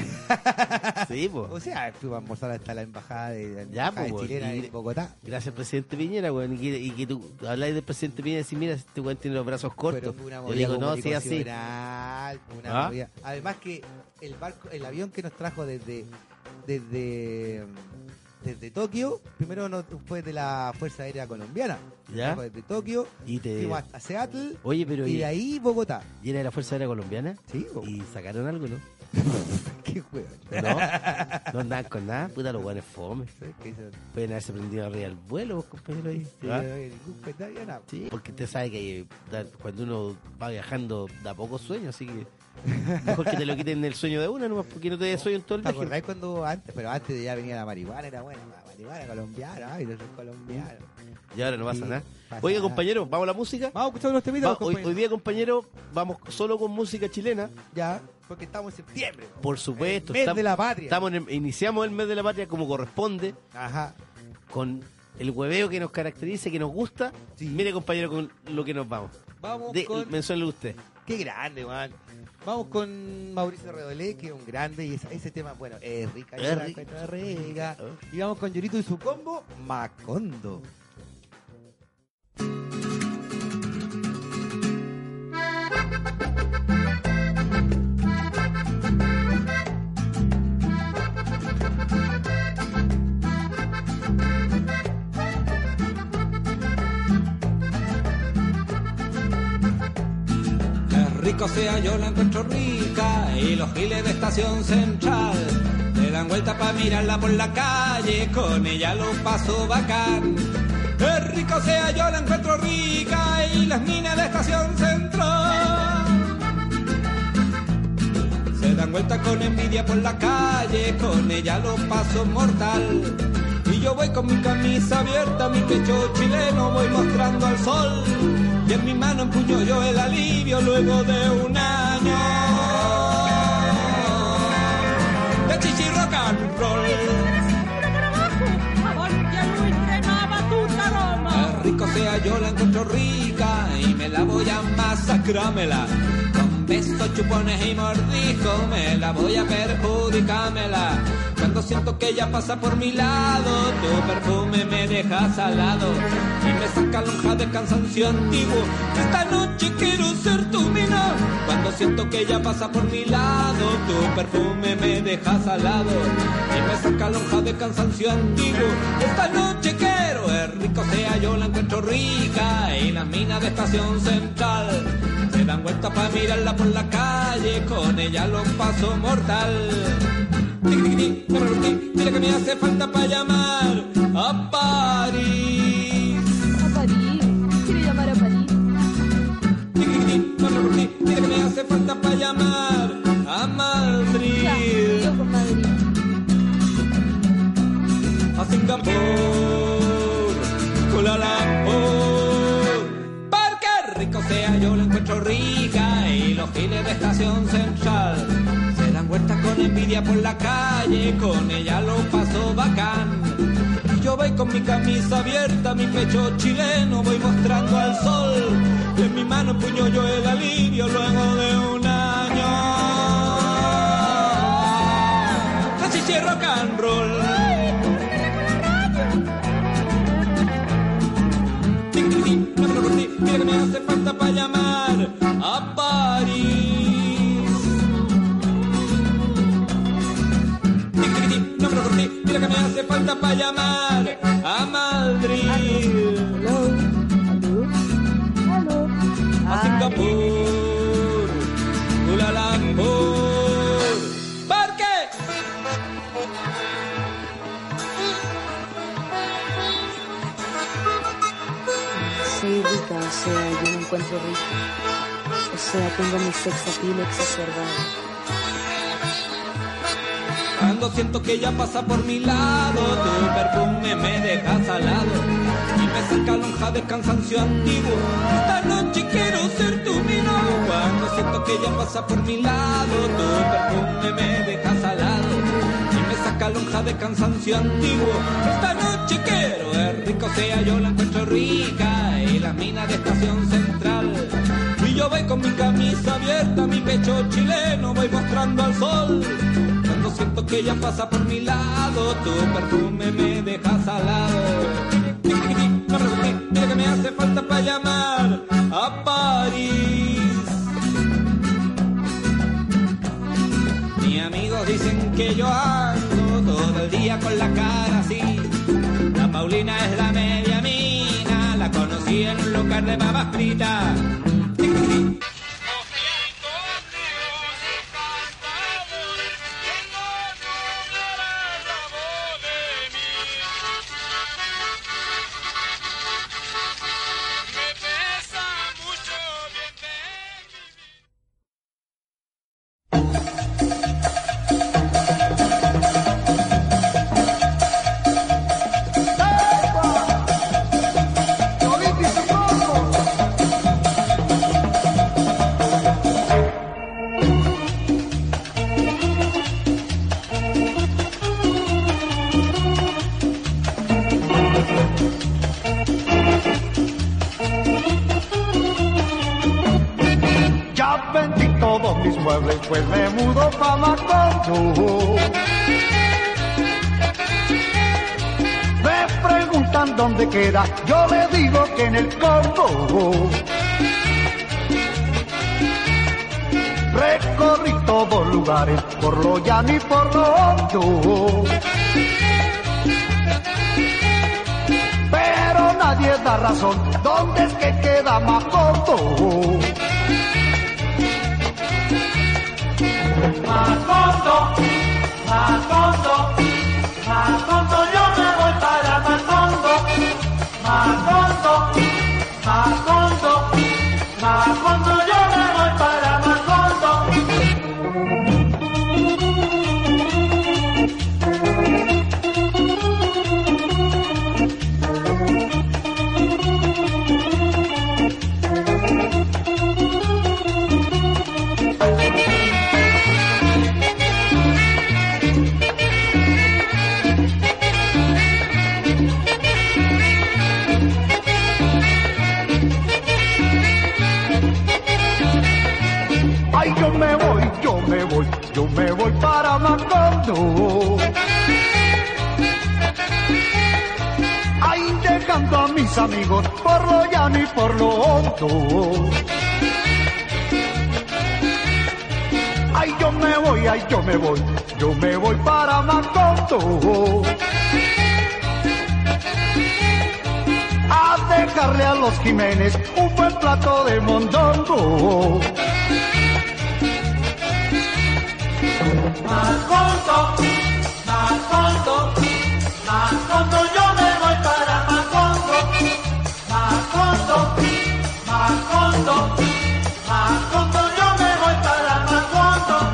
Sí, O pues. sea, fui a almorzar hasta la embajada de, la Ya, embajada po, chilena y- en Bogotá. Gracias, presidente Piñera, weón. Y que, y que tú habláis del presidente Piñera y decís, mira, este weón tiene los brazos cortos. Pero fue una Yo movida digo, no, sí, así. comunicacional, una ¿Ah? movida- Además que el barco, el avión que nos trajo desde desde desde Tokio, primero no, fue de la Fuerza Aérea Colombiana. ¿Ya? Fue desde Tokio, Y te... fuimos hasta Seattle, Oye, pero y y, de ahí Bogotá. ¿y era de la Fuerza Aérea Colombiana? Sí, po. Y sacaron algo, ¿no? Qué juego. No, no andaban con nada, puta, los guanes fome. ¿Qué hizo? Pueden haberse prendido arriba del vuelo, vos, compañero. Ahí. Sí, ¿Ah? no había ningún petaño, nada. Sí, porque usted sabe que da- cuando uno va viajando da poco sueño, así que mejor que te lo quiten el sueño de una nomás, porque no te dé sueño en todo el ¿Te viaje. acordáis cuando antes, pero antes de ya venía la marihuana, era buena, la marihuana colombiana, ay, yo soy colombiano. Y ahora no pasa Sí, nada. pasa Oiga, nada. compañero, ¿vamos a la música? Vamos a escuchar unos temitas, Va- hoy, compañero. hoy día, compañero, vamos solo con música chilena. Ya, porque estamos en septiembre. Por supuesto. El mes estamos- de la patria. Estamos en- iniciamos el mes de la patria como corresponde, Ajá. con el hueveo que nos caracteriza, que nos gusta. Sí. Mire, compañero, con lo que nos vamos. Vamos De, con... Menciónelo usted. Qué grande, man. Vamos con Mauricio Redolé, que es un grande, y ese, ese tema, bueno, es rica, Es es rica, rica. es rica. Y vamos con Yorito y su combo, Macondo. Es rico sea, yo la encuentro rica y los giles de estación central le dan vuelta pa' mirarla por la calle, con ella lo paso bacán. Es rico sea, yo la encuentro rica y las minas de estación central se dan vuelta con envidia por la calle, con ella lo paso mortal. Y yo voy con mi camisa abierta, mi pecho chileno voy mostrando al sol. Y en mi mano empuño yo el alivio luego de un año de chichi rock and roll. Es rico sea, yo la encuentro rica y me la voy a masacrámela. Con besos, chupones y mordiscos me la voy a perjudicármela. Cuando siento que ella pasa por mi lado, tu perfume me deja salado y me saca lonja de cansancio antiguo. Esta noche quiero ser tu mina. Cuando siento que ella pasa por mi lado, tu perfume me deja salado y me saca lonja de cansancio antiguo. Esta noche quiero, es rico sea, yo la encuentro rica y las minas de estación central se dan vuelta para mirarla por la calle, con ella los paso mortal. Mira que me hace falta para llamar a París. A París. ¿Quiere llamar a París? Mira que me hace falta para llamar a Madrid. Ya, yo con Madrid. A Singapur, Kuala Lumpur. Porque rico sea, yo la encuentro rica y los giles de estación central se dan vueltas con envidia por la calle, con ella lo paso bacán. Y yo voy con mi camisa abierta, mi pecho chileno voy mostrando al sol. Y en mi mano empuño yo el alivio luego de un año de chichi rock and roll. Mira que me hace falta para llamar a París. No me lo corté, mira que me hace falta para llamar a Madrid. Aló. Aló. Aló. A Singapur, Kuala Lumpur. ¿Por qué? Soy rica, o sea, yo me encuentro rica. O sea, tengo mi sex appeal exacerbado. Cuando siento que ella pasa por mi lado, tu perfume me deja salado y me saca lonja de cansancio antiguo. Esta noche quiero ser tu mina. Cuando siento que ella pasa por mi lado, tu perfume me deja salado y me saca lonja de cansancio antiguo. Esta noche quiero, es rico sea, yo la encuentro rica y la mina de estación central. Y yo voy con mi camisa abierta, mi pecho chileno voy mostrando al sol. Cuando siento que ella pasa por mi lado, tu perfume me deja salado. Mira que me hace falta para llamar a París. Mis amigos dicen que yo ando todo el día con la cara así. y en un local de papas fritas. Pues me mudo pa' Macondo. Me preguntan dónde queda, yo le digo que en el Congo. Recorrí todos lugares, por lo llano y por lo hondo. Pero nadie da razón, ¿dónde es que queda Macondo? Macondo, Macondo, Macondo, yo me voy para Macondo. Macondo, Macondo, Macondo, yo me voy para Macondo. Yo me voy para Macondo. Ahí dejando a mis amigos por lo llano y por lo hondo. Ay, yo me voy, ay, yo me voy, yo me voy para Macondo. A dejarle a los Jiménez un buen plato de mondongo. Macondo, Macondo, Macondo, yo me voy para Macondo. Macondo, Macondo, Macondo, yo me voy para Macondo.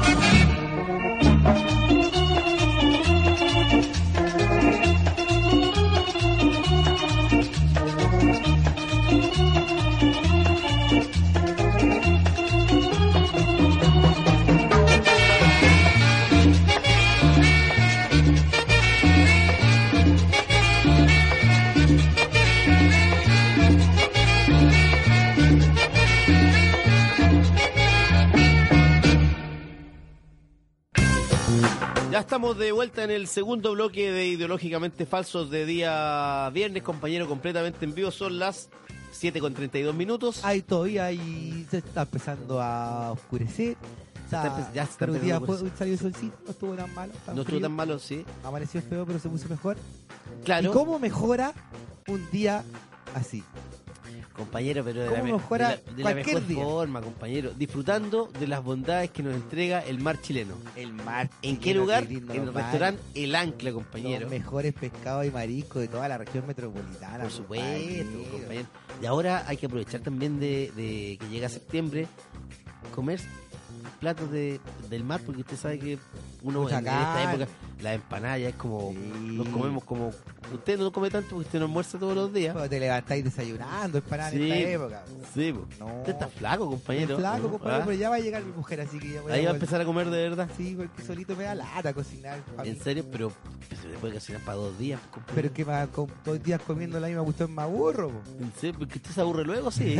Ya estamos de vuelta en el segundo bloque de Ideológicamente Falsos de día viernes, compañero, completamente en vivo. Son las siete con treinta y dos minutos. Ahí todavía ahí se está empezando a oscurecer. O sea, Está empe- ya se está pero hoy día empezando a fue- salió el solcito, no estuvo tan malo. Tan No estuvo frío. tan malo, sí. Amaneció feo, pero se puso mejor. Claro. ¿Y cómo mejora un día así? Compañero, pero de la, ¿Cómo me- mejora de la- de la cualquier mejor día? forma, compañero. Disfrutando de las bondades que nos entrega el mar chileno. El mar. ¿En qué chileno, lugar? qué lindo En el nos va. restaurante El Ancla, compañero. Los mejores pescados y mariscos de toda la región metropolitana. Por supuesto, compañero. compañero. Y ahora hay que aprovechar también de, de que llega septiembre, comer platos de, del mar, porque usted sabe que uno Mucha en, en esta carne. época, la empanada ya es como, Sí. nos comemos como, usted no come tanto porque usted no almuerza todos los días. Cuando te levantáis desayunando, es para Sí. en esta época. Sí, po. No. Usted está flaco, compañero. Es flaco, compadre, ¿Ah? pero ya va a llegar mi mujer, así que ya voy Ahí va a volver. empezar a comer de verdad. Sí, porque solito me da lata cocinar. pa' mí. En serio, pero pues, se le puede cocinar para dos días, compañero. Pero es que me, con, todos los días comiendo la misma cuestión me aburro. po. En serio, porque usted se aburre luego, sí.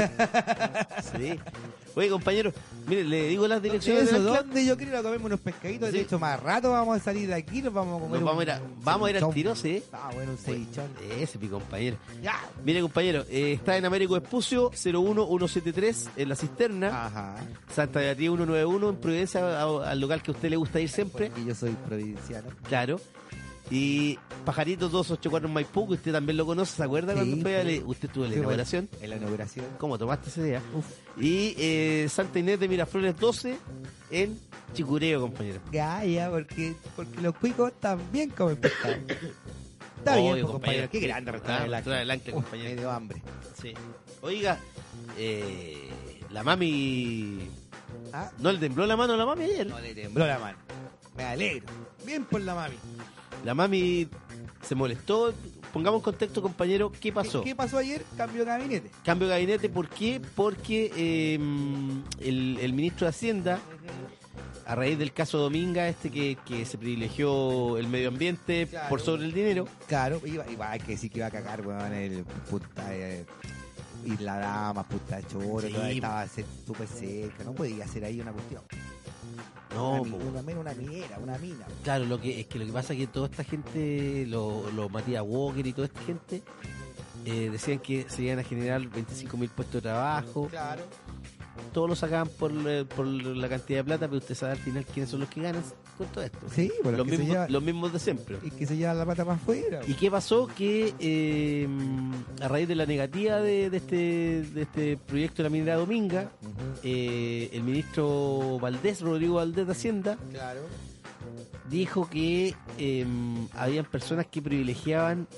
Sí. Oye, compañero, mire, le digo las direcciones Eso, del Ancla. ¿dónde yo quiero ir a comerme unos pescaditos? Sí. De hecho, más rato vamos a salir de aquí, nos vamos a comer Nos vamos a ir, a, un- vamos a, ir al cevichón. tiro, sí. Ah, bueno, un cevichón. Ese, mi compañero. Ya. Mire, compañero, eh, está en Américo Espucio, cero uno uno siete tres, en La Cisterna. Ajá. Santa Beatriz ciento noventa y uno, en Providencia, a- al local que a usted le gusta ir siempre. Porque yo soy provinciano. Claro. Y Pajarito dos ocho cuatro en Maipú, que usted también lo conoce, ¿se acuerda Sí, cuando fue a sí. la- usted estuvo en la Sí, inauguración? En la inauguración. ¿Cómo tomaste ese día? Uf. Y eh, Santa Inés de Miraflores doce en Chicureo, compañero. Gaya, porque, porque los cuicos también comen pescado. Está Obvio, bien, pues, compañero. compañero. Qué grande Ah, restaurante el restaurante El Ancla, Uf, compañero. me dio hambre. Sí. Oiga, eh, la mami... Ah, ¿No le tembló la mano a la mami ayer? no le tembló la mano. Me alegro. Bien por la mami. La mami se molestó. Pongamos en contexto, compañero, ¿qué pasó? ¿Qué pasó ayer? Cambio de gabinete. Cambio de gabinete, ¿por qué? Porque eh, el, el ministro de Hacienda, a raíz del caso Dominga, este que, que se privilegió el medio ambiente Claro. por sobre el dinero, Claro, iba, iba hay que decir que iba a cagar, weón, el puta eh, Isla Dama, puta choro, Sí. toda estaba se- súper seca, no podía hacer ahí una cuestión. no, una, mi- po. una, una, una minera, una mina. Claro, lo que es que lo que pasa es que toda esta gente, los lo Matías Walker y toda esta gente, eh, decían que se iban a generar veinticinco mil puestos de trabajo. Claro. Todos lo sacaban por, eh, por la cantidad de plata, pero usted sabe al final quiénes son los que ganan con todo esto. Sí, por los, los, que se mismos, lleva, los mismos de siempre. y que se lleva la plata más fuera. ¿Y qué pasó? Que eh, a raíz de la negativa de, de este de este proyecto de la minera Dominga, Ujú. eh, el ministro Valdés, Rodrigo Valdés de Hacienda, Claro. dijo que eh, habían personas que privilegiaban,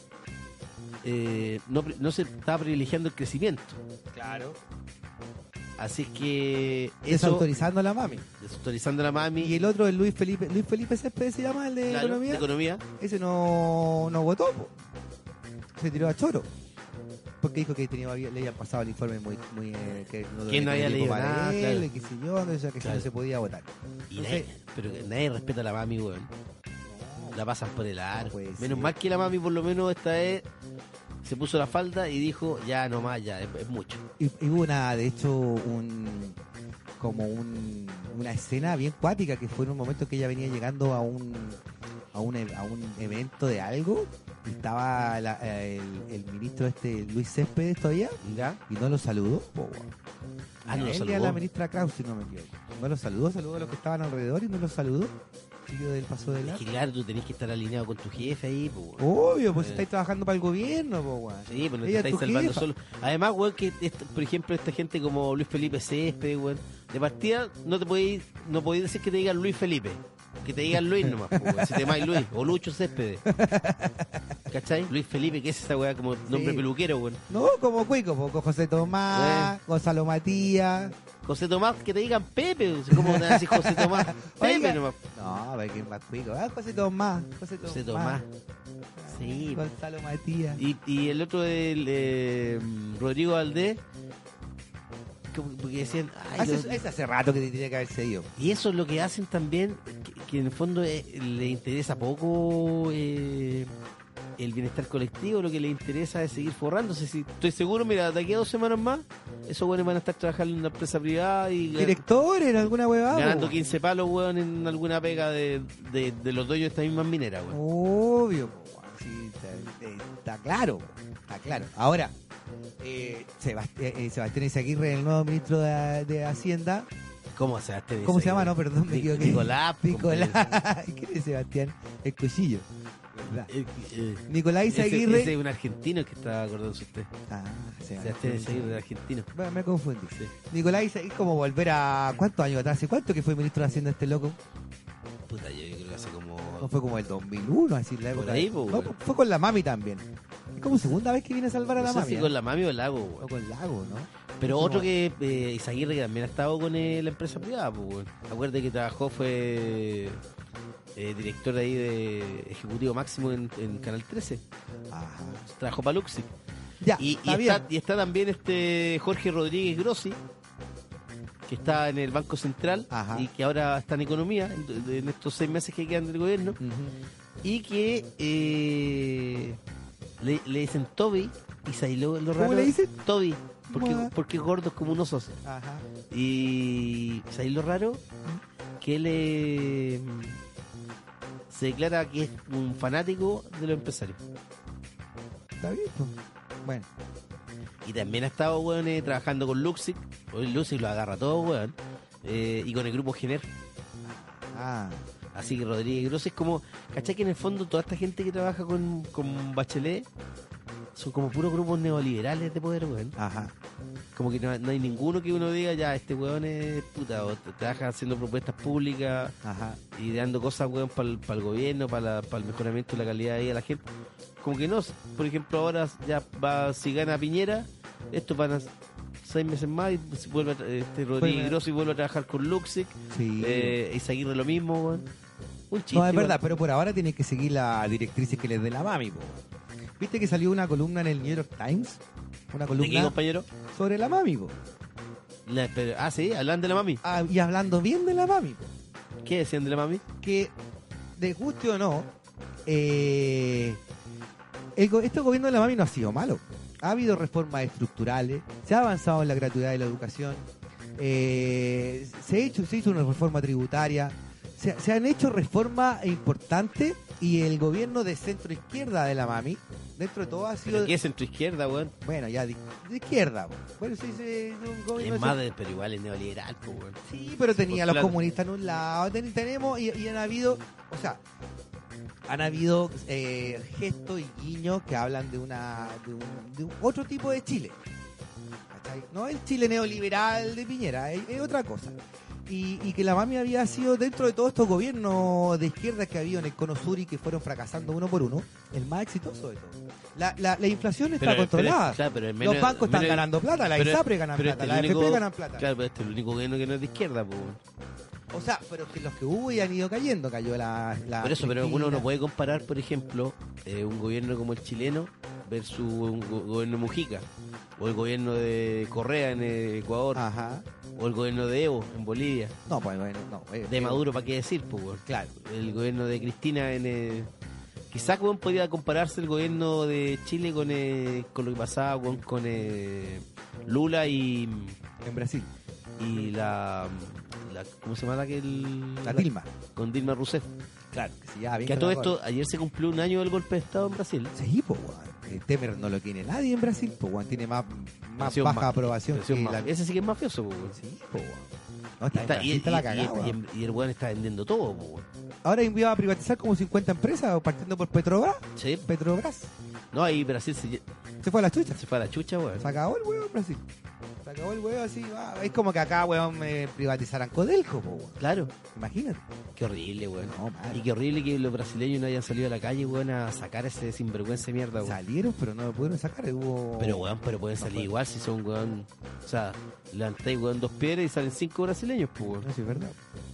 eh, no, pri- no se estaba privilegiando el crecimiento. Claro. Así que eso, Desautorizando a la mami. desautorizando a la mami. Y el otro, el Luis Felipe, Luis Felipe Céspedes se llama, el de claro, economía. de economía. Ese no, no votó, po. Se tiró a choro. Porque dijo que tenía, había- le habían pasado el informe muy... muy eh, que no, Que no había tiempo leído para nada, él, claro. y qué sé yo, o sea, que Claro. no se podía votar. Y Entonces, nadie, pero que nadie respeta a la mami, weón. La pasan por el aro. puede Menos ser. mal que la mami por lo menos esta vez se puso la falda y dijo, ya no más, ya, es, es mucho. Y, y hubo una, de hecho, un como un, una escena bien cuática que fue en un momento que ella venía llegando a un a un, e- a un evento de algo y estaba la- el, el ministro este Luis Céspedes todavía ¿Ya? y no lo saludó. Po, weón. Ah, no A lo él y a saludó. la ministra Kraus, si no me equivoco. No lo saludó, saludó a los que estaban alrededor y no lo saludó. Siguió del paso de Es la. que claro, tú tenés que estar alineado con tu jefe ahí, pues. Obvio, pues Eh. estáis trabajando para el gobierno, po, weón. Sí, pues no te Ella es estáis tu salvando jefa. solo. Además, weón, que esto- por ejemplo, esta gente como Luis Felipe Céspedes, weón, de partida no te podéis, no podéis decir que te digan Luis Felipe. Que te digan Luis nomás, po, weón, si te llamáis Luis. O Lucho Céspedes. ¿Cachai? Luis Felipe, ¿qué es esa weá? Como nombre Sí. peluquero, weón. No, como Cuico, po, con José Tomás, Eh. Gonzalo Matías. José Tomás, que te digan Pepe. ¿Cómo te van a decir José Tomás? Pepe Oiga. nomás. No, a ver quién más Cuico. Ah, José Tomás. José Tomás. José Tomás. Sí. Gonzalo Matías. Y, y el otro, el eh, Rodrigo Valdés, como- porque decían, ay, Hace, los- es hace rato que tendría que haberse ido. y eso es lo que hacen también, que, que en el fondo eh, le interesa poco eh, el bienestar colectivo, lo que le interesa es seguir forrándose. Si, estoy seguro, mira, de aquí a dos semanas más, esos buenos van a estar trabajando en una empresa privada y gan- Director en alguna huevada. ganando po. quince palos, weón, en alguna pega de, de, de los dueños de estas mismas mineras, weón. Obvio, po, weón. Sí, está, eh, está claro, po, está claro. Ahora, eh, Sebast- eh, eh, Sebastián Izaguirre, el nuevo ministro de, de Hacienda. ¿Cómo se llama? ¿Cómo se llama? No, perdón, me Ni- equivoqué. Nicolás, Nicolás. ¿Quién es Sebastián? El cuchillo. ¿Verdad? Eh, eh, Nicolás ese, Izaguirre. ese es un argentino que está acordándose usted. Ah, Sebastián Izaguirre, argentino. Bueno, me confundí. Sí. Nicolás Izaguirre, como volver a. ¿Cuántos años atrás? ¿Hace cuánto que fue ministro de Hacienda este loco? Puta, yo, yo creo que hace como... No fue como el dos mil uno, así la Por época. ahí, de- po, no, weón. fue con la mami también. Es como segunda vez que viene a salvar a No la sé mami. si ¿eh? con la mami o el lago, O weón. con Lago, ¿no? Pero Como- otro que eh, Izaguirre, que también ha estado con eh, la empresa privada, pues, weón. Acuérdate que trabajó, fue eh, director ahí de ejecutivo máximo en, en Canal trece. Ajá. Trabajó para Luxi. Ya, Y, y está está, bien. y está también este Jorge Rodríguez Grossi, que está en el Banco Central Ajá. y que ahora está en economía, en, en estos seis meses que quedan del gobierno, Ujú. y que eh, le, le dicen Toby, y se lo, lo ¿Cómo raro, le dicen? Toby, porque, Mua. porque es gordo, es como un oso. Ajá. Y ¿sabéis lo raro? Que él eh, se declara que es un fanático de los empresarios. Está bien, pues. Bueno. Y también ha estado, weón, eh, trabajando con Luxic. Hoy Luxic lo agarra todo, weón. Eh, y con el grupo Gener. Ah. Así que Rodríguez Gross es como, ¿cachai? Que en el fondo toda esta gente que trabaja con, con Bachelet son como puros grupos neoliberales de poder, weón. Ajá. Como que no, no hay ninguno que uno diga, ya, este weón es puta, o te- trabaja haciendo propuestas públicas, Ajá. y dando cosas, weón, para el gobierno, para el mejoramiento de la calidad de vida de la gente. Como que no, por ejemplo, ahora ya va, si gana Piñera, esto van a seis meses más y se vuelve a- este Rodríguez Bueno. Gross y vuelve a trabajar con Luxic, Sí. eh, y seguir lo mismo, weón. Un chiste. No, es igual. verdad, pero por ahora tienen que seguir las directrices que les dé la mami, po. ¿Viste que salió una columna en el New York Times? Una ¿De qué, columna compañero? sobre la mami, po. La- pero- ah, sí, hablan de la mami. Ah, y hablando bien de la mami, po. ¿Qué decían de la mami? Que, de guste o no, eh, el, go- este gobierno de la mami no ha sido malo. Ha habido reformas estructurales, se ha avanzado en la gratuidad de la educación, eh, se, ha hecho, se hizo una reforma tributaria, se, se han hecho reformas importantes y el gobierno de centro izquierda de la mami, dentro de todo ha sido... ¿Pero qué es centro izquierda, weón? Bueno, ya de, de izquierda, po. Bueno, sí, sí, un gobierno Es de más de, pero igual es neoliberal, pues, weón. Sí, pero tenía a los Claro. comunistas en un lado, ten- tenemos y, y han habido, o sea, han habido eh, gestos y guiños que hablan de una de un, de un otro tipo de Chile. ¿Cachai? No el Chile neoliberal de Piñera, es, es otra cosa. Y, y que la mami había sido dentro de todos estos gobiernos de izquierda que ha habido en el Cono Sur y que fueron fracasando uno por uno, el más exitoso de todos. La, la, la inflación está Pero- controlada. pero- claro, pero el menos- los bancos están menos- ganando plata, la pero- ISAPRE ganan pero plata, este la es A el F P único- ganan plata. Claro, pero este es el único gobierno que no es de izquierda, pues, weón. O sea, pero que los que hubo y han ido cayendo, cayó la... la Por eso, pero Cristina. uno no puede comparar, por ejemplo, eh, un gobierno como el chileno versus un go- gobierno de Mujica, o el gobierno de Correa en eh, Ecuador, Ajá. o el gobierno de Evo en Bolivia, No, pues bueno, no. eh, de eh, Maduro, ¿para qué decir, pues, weón? Claro. El gobierno de Cristina en... Eh, quizás, weón, podría compararse el gobierno de Chile con, eh, con lo que pasaba, weón, con eh, Lula y... En Brasil. y la, la ¿cómo se llama la que el, La Dilma. con Dilma Rousseff, Claro. Que sí, ya, bien que a con todo la esto gorra. ayer se cumplió un año del golpe de estado en Brasil. Sí, pues, weón. Eh, Temer no lo tiene nadie en Brasil, pues, weón. Tiene más, más Nació baja ma- aprobación nació que ma- la... ese sí que es mafioso, po, weón. Sí, pues, weón. No, está, en Está- Brasil y, está la y- cagada, y- weón. y- y el weón está vendiendo todo, po, weón. Ahora iba a privatizar como cincuenta empresas, partiendo por Petrobras. Sí. Petrobras. No, ahí Brasil se, lle- Se fue a la chucha. se fue a la chucha, weón. Se acabó el huevo en Brasil. Se acabó el huevo así, va. Es como que acá, weón, me privatizaran Codelco, po, weón. Claro, Imagínate. qué horrible, weón. No, mal. Y qué horrible que los brasileños no hayan salido a la calle, weón, a sacar ese sinvergüenza de mierda, weón. Salieron, pero no lo pudieron sacar. Hubo... Pero, weón, pero pueden No salir fue. igual si son, weón. O sea, levantáis, weón, dos piedras y salen cinco brasileños, pues, weón. No, sí, es verdad.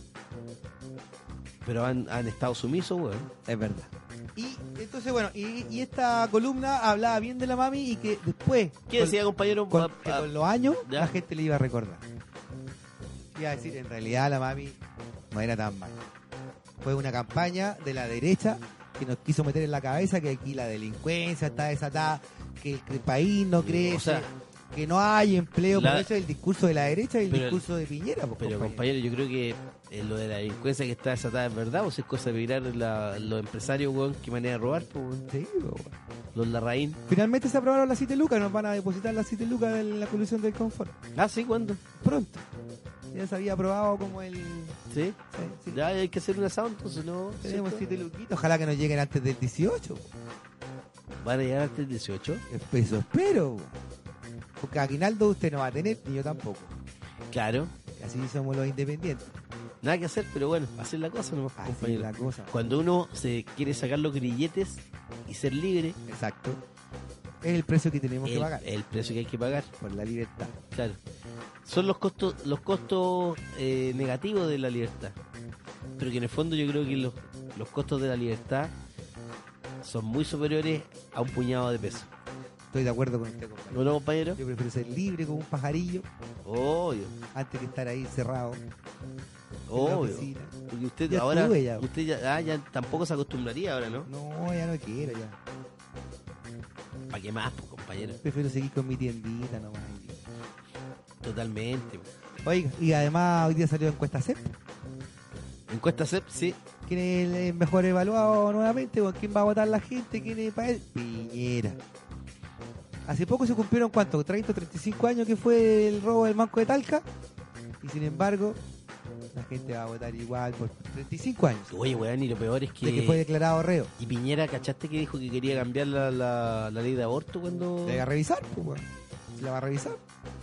Pero han, han estado sumisos, weón. Es verdad. Y entonces, bueno, y, y esta columna hablaba bien de la mami y que después, ¿Qué con, decía, compañero? con, Ah, que ah, con los años, ya. la gente le iba a recordar. Iba a decir, en realidad la mami no era tan mala. Fue una campaña de la derecha que nos quiso meter en la cabeza que aquí la delincuencia está desatada, que el, que el país no crece, O sea, que no hay empleo. la- Por eso es el discurso de la derecha y el Pero- discurso de Piñera. Pues, Pero, compañero. compañero, yo creo que eh, lo de la delincuencia que está desatada es verdad, o si es cosa de mirar la, los empresarios, weón, que manera de robar, pues, weón. Sí, pues, bueno. Los Larraín. Finalmente se aprobaron las siete lucas, nos van a depositar las siete lucas de la colusión del confort. Ah, sí, ¿cuándo? Pronto. Ya se había aprobado como el... Sí. Sí, sí. Ya hay que hacer un asado, entonces no. Tenemos ¿cierto? siete luquitas. Ojalá que nos lleguen antes del dieciocho. ¿Van a llegar antes del dieciocho? Eso espero. Porque aguinaldo usted no va a tener, ni yo tampoco. Claro. Así somos los independientes. Nada que hacer, pero bueno, hacer la cosa nomás, Así compañero. es la cosa. Cuando uno se quiere sacar los grilletes y ser libre, Exacto. Es el precio que tenemos que el, pagar el precio que hay que pagar, por la libertad. claro. Son los costos los costos eh, negativos de la libertad. Pero que en el fondo yo creo que los, los costos de la libertad son muy superiores a un puñado de pesos. Estoy de acuerdo con usted, compañero. ¿No, no, compañero? Yo prefiero ser libre como un pajarillo Obvio, antes que estar ahí encerrado en la obvio. oficina. Porque usted Ya ahora, estuve ya. usted ya, ah, ya tampoco se acostumbraría ahora, ¿no? No, ya no quiero ya. ¿Para qué más, pues, compañero? Prefiero seguir con mi tiendita nomás. Totalmente. Oiga, y además hoy día salió encuesta C E P. Encuesta C E P, sí. ¿Quién es el mejor evaluado nuevamente? ¿O quién va a votar la gente? ¿Quién es para él? Piñera. Hace poco se cumplieron, ¿cuánto? treinta o treinta y cinco años que fue el robo del Banco de Talca. Y sin embargo, La gente va a votar igual por treinta y cinco años. Oye, weón, y lo peor es que... De que fue declarado reo. Y Piñera, ¿cachaste que dijo que quería cambiar la, la, la ley de aborto cuando...? ¿Le va a revisar? Pues, weón. ¿La va a revisar?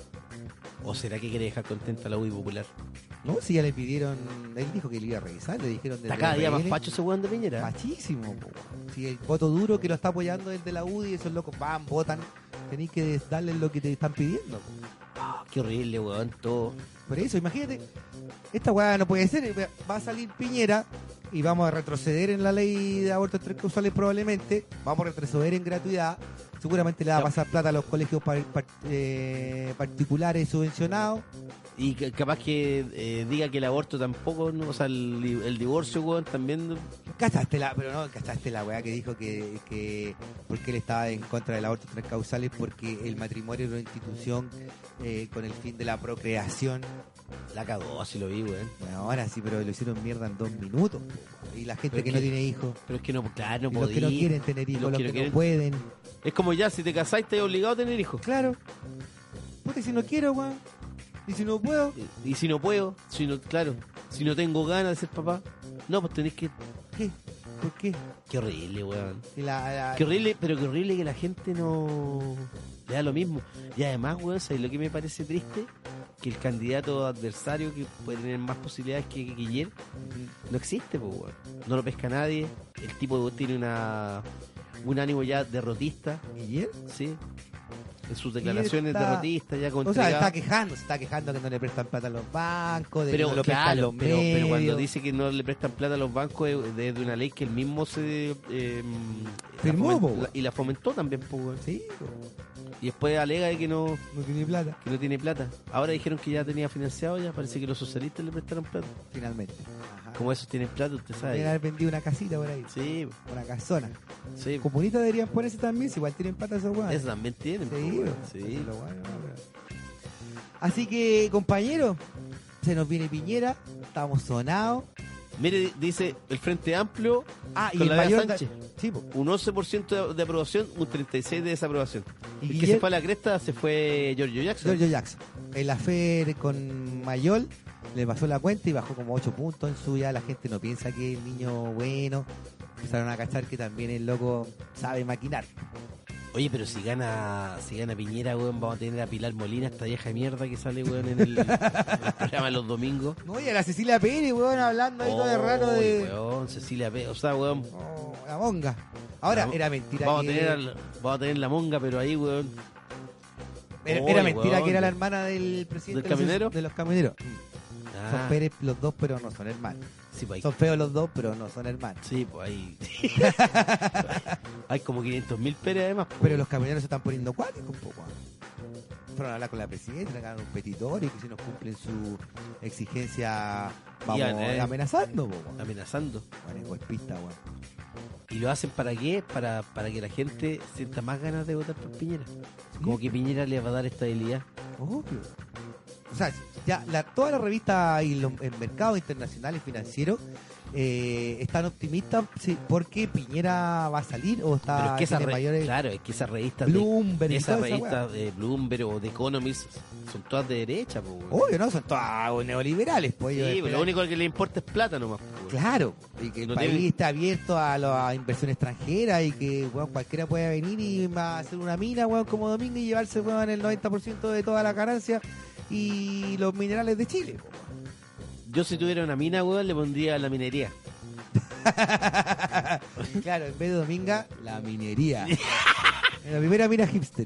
¿O será que quiere dejar contenta a la U D I Popular? No, si ya le pidieron... Él dijo que le iba a revisar, le dijeron... Está cada día más facho ese weón de Piñera. Fachísimo, po, weón. Si el voto duro que lo está apoyando es de la U D I, esos locos van, votan, tenéis que darles lo que te están pidiendo. Oh, qué horrible, weón, todo. Por eso, imagínate, esta weá no puede ser, va a salir Piñera y vamos a retroceder en la ley de abortos tres causales probablemente, vamos a retroceder en gratuidad, seguramente le va a pasar plata a los colegios par, par, eh, particulares subvencionados. Y que, capaz que eh, diga que el aborto tampoco, ¿no? O sea, el, el divorcio, weón, también... Cachaste la, pero no, cachaste la weá que dijo que, que porque él estaba en contra del aborto tres causales porque el matrimonio era una institución eh, con el fin de la procreación. La cagó, así lo vi, weón. Bueno, ahora sí, pero lo hicieron mierda en dos minutos. Po. Y la gente Pero que, es no que- tiene hijos, Pero es que no, claro, no y los que no podí. quieren tener hijos, los los que que, no no quieren- pueden. Es como ya, si te casáis, te obligado a tener hijos. Claro. Puta, y si no quiero, weón. Y si no puedo, Y, y si no puedo, si no, claro, si no tengo ganas de ser papá, no, pues tenés que... ¿qué? ¿Por qué? Qué horrible, weón. Y la- la- Qué horrible, pero qué horrible que la gente no... le da lo mismo. Y además, weón, ¿sabes lo que me parece triste? Que el candidato adversario que puede tener más posibilidades que que Guillermo no existe, pues, weón. No lo pesca nadie. El tipo tiene una un ánimo ya derrotista, ¿Guillermo? ¿sí? En sus declaraciones está- derrotistas, ya con O sea, está quejando, se está quejando que no le prestan plata a los bancos, de pero, que no lo prestan claro, los pero, medios. pero cuando dice que no le prestan plata a los bancos es de, de una ley que él mismo se eh, Firmó, la po, fomen- weón. la- y la fomentó también, pues, weón. Sí, po, Y después alega de que no, no tiene plata, que no tiene plata. Ahora dijeron que ya tenía financiado, ya parece que los socialistas le prestaron plata. finalmente. Ajá. Como esos tienen plata, usted Podrían sabe. haber vendido una casita por ahí, Sí, una casona. sí. Comunistas deberían ponerse también, si igual tienen plata esos weones. Eso también tienen, Sí, pues, weón. weón. Sí. Eso es lo bueno, weón. Así que, compañeros, se nos viene Piñera, estamos sonados. Mire, di- dice el Frente Amplio Ah, y con el la Bea mayor... Sánchez. Sí, po. Un once por ciento de, de aprobación, un treinta y seis por ciento de desaprobación. Y El que Guillermo- se fue a la cresta se fue Giorgio Jackson. Giorgio Jackson. El afer con Mayol le pasó la cuenta y bajó como ocho puntos en su, ya la gente no piensa que es el niño bueno. Empezaron a cachar que también el loco sabe maquinar. Oye, pero si gana si gana Piñera, weón, vamos a tener a Pilar Molina, esta vieja de mierda que sale, weón, en el, en el programa de los domingos. No, y a la Cecilia Pérez, weón, hablando ahí todo de raro de... Uy, weón, Cecilia P. O sea, weón, Oh, la monga. Ahora, La- era mentira vamos a, que... tener al- vamos a tener la monga, pero ahí, weón. Era, Oye, era mentira weón, que era la de- hermana del presidente ¿Del camionero? de los camioneros. Ah, Son Pérez los dos, pero no son hermanos. sí, pues ahí. Son feos los dos, pero no son hermanos. Sí, pues ahí. Hay como quinientos mil Pérez además. pues. Pero los camioneros se están poniendo cuáticos, po, weón. Fueron a hablar con la presidenta, le hagan un petitorio que si no cumplen su exigencia vamos Ya, eh. amenazando, po, weón. Amenazando. Bueno, es golpista, weón. ¿Y lo hacen para qué? Para, para que la gente sienta más ganas de votar por Piñera. Como que Piñera le va a dar estabilidad. Obvio. O sea, ya la, toda la revista y los el mercados internacionales financieros eh, están optimistas sí, porque Piñera va a salir o está Pero es que esa tiene re- mayores claro, es que esas revistas Bloomberg de, y esas toda esa revistas de Bloomberg o de Economist son todas de derecha, pues. weón. obvio, ¿no? Son todos neoliberales, pues. ellos Sí, esperan- lo único que le importa es plata nomás. pues, weón. Claro, y que el No país tiene- esté abierto a la inversión extranjera y que weón, cualquiera pueda venir y va a hacer una mina, weón, como Domingo y llevarse weón, el noventa por ciento de toda la ganancia y los minerales de Chile. po, weón. Yo si tuviera una mina, weón, le pondría la minería. Claro, en vez de Dominga, la minería. La primera mina hipster.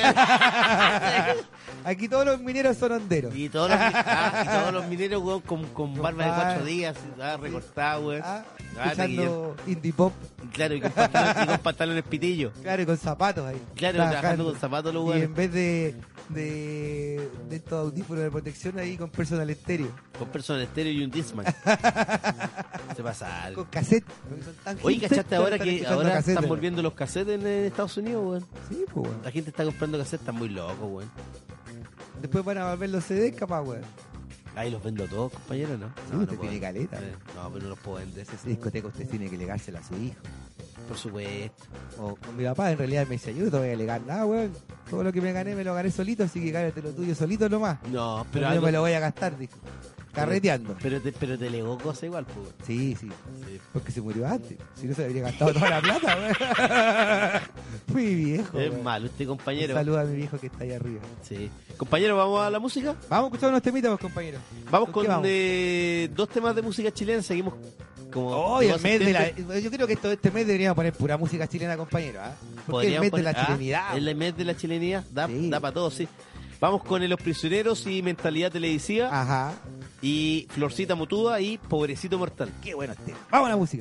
Aquí todos los mineros son honderos. y, todos los, ah, y todos los mineros, weón, con, con Con barba de bar- cuatro días, ah, recortada, weón. Ah, Ah, escuchando indie pop, Y claro, y con pantalones, y con pantalones pitillos. claro, y con zapatos ahí. Claro, trabajando con zapatos los Y weones. en vez de, de, de estos audífonos de protección ahí con personal estéreo, Con personal estéreo y un Discman. Se pasa algo. con cassette. porque son tan Oye, hipster, ¿cachaste ahora están que escuchando ahora cassette, están weón. volviendo los cassettes en eh, Estados Unidos, weón? Sí, pues, weón. La gente está comprando cassettes, están muy locos, weón. Después van a volver los C Ds, capaz, weón. Ahí los vendo todos, compañeros, ¿no? Sí, no, usted no tiene puedo. caleta. Eh, No, pero no los puedo vender, Esa discoteca usted tiene que legársela a su hijo. por supuesto. O con mi papá, en realidad, me decía, yo no te voy a legar nada, weón. Todo lo que me gané me lo gané solito, así que gánate lo tuyo solito nomás. No, pero Pero yo algo, me lo voy a gastar, dijo. carreteando. Pero te, pero te legó cosas igual, pues. Sí, sí, Sí. porque se murió antes. Si no se habría gastado toda la plata, weón. Muy viejo. Es weón. malo este Un compañero. saludo a mi viejo que está ahí arriba. Sí. Compañero, ¿vamos a la música? Vamos a escuchar unos temitas, pues, compañeros. Vamos ¿Con con qué vamos? eh, dos temas de música chilena. Seguimos como... Oh, y como el mes de la, asistente. yo creo que esto, este mes deberíamos poner pura música chilena, compañero. ¿ah? Porque es el Podríamos mes de poner- la ah, chilenidad. el mes de la chilenidad. Da, Sí. da para todos, sí. Vamos con el Los Prisioneros y Mentalidad Televisiva. Ajá. Y Florcita Motúa y Pobrecito Mortal. Qué bueno este. Vamos a la música.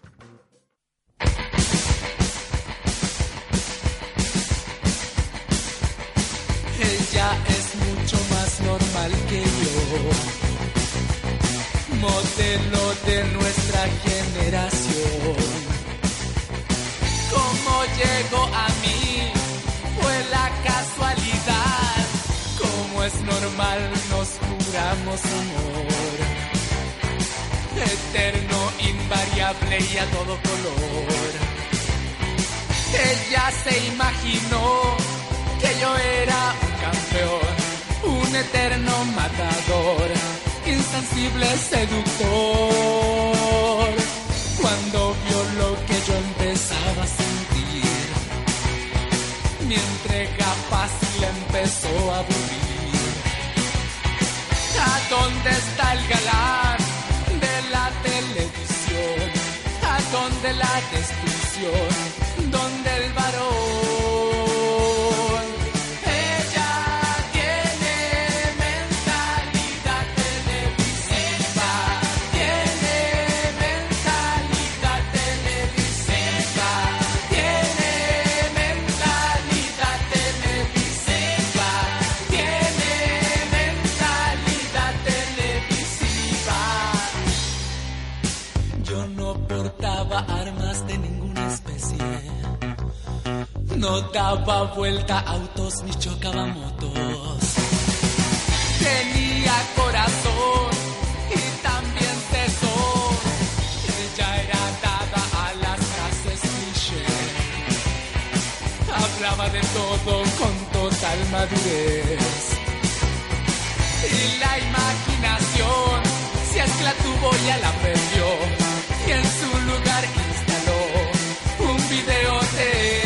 Ella es mucho más normal que yo, modelo de nuestra generación. Como llegó a mí fue la casualidad, como es normal nos juramos amor, eterno, invariable y a todo color. Ella se imaginó que yo era un campeón, un eterno matador, insensible seductor. Cuando vio lo que yo empezaba a sentir, mi entrega fácil empezó a aburrir. ¿A dónde está el galán de la televisión? ¿A dónde la destrucción? ¿Dónde el varón? Armas de ninguna especie, no daba vuelta a autos ni chocaba motos, tenía corazón y también tesón. Ella era dada a las frases cliché, hablaba de todo con total madurez, y la imaginación, si es que la tuvo, ya la perdió. Y en su lugar instaló un videotape.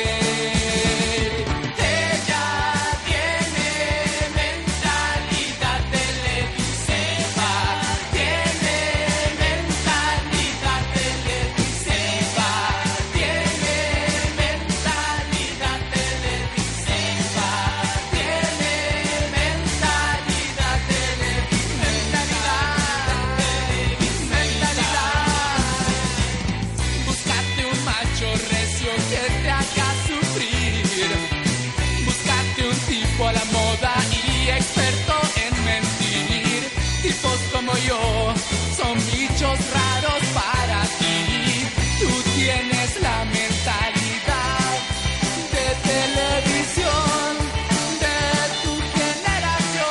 Ella tiene mentalidad televisiva, tiene mentalidad televisiva, tiene mentalidad televisiva, tiene mentalidad televisiva, mentalidad, mentalidad. Búscate un macho recio que te haga sufrir. Búscate un tipo a la moda y experto en mentir. Tipos como yo son bichos raros para ti. Tú tienes la mentalidad de televisión de tu generación.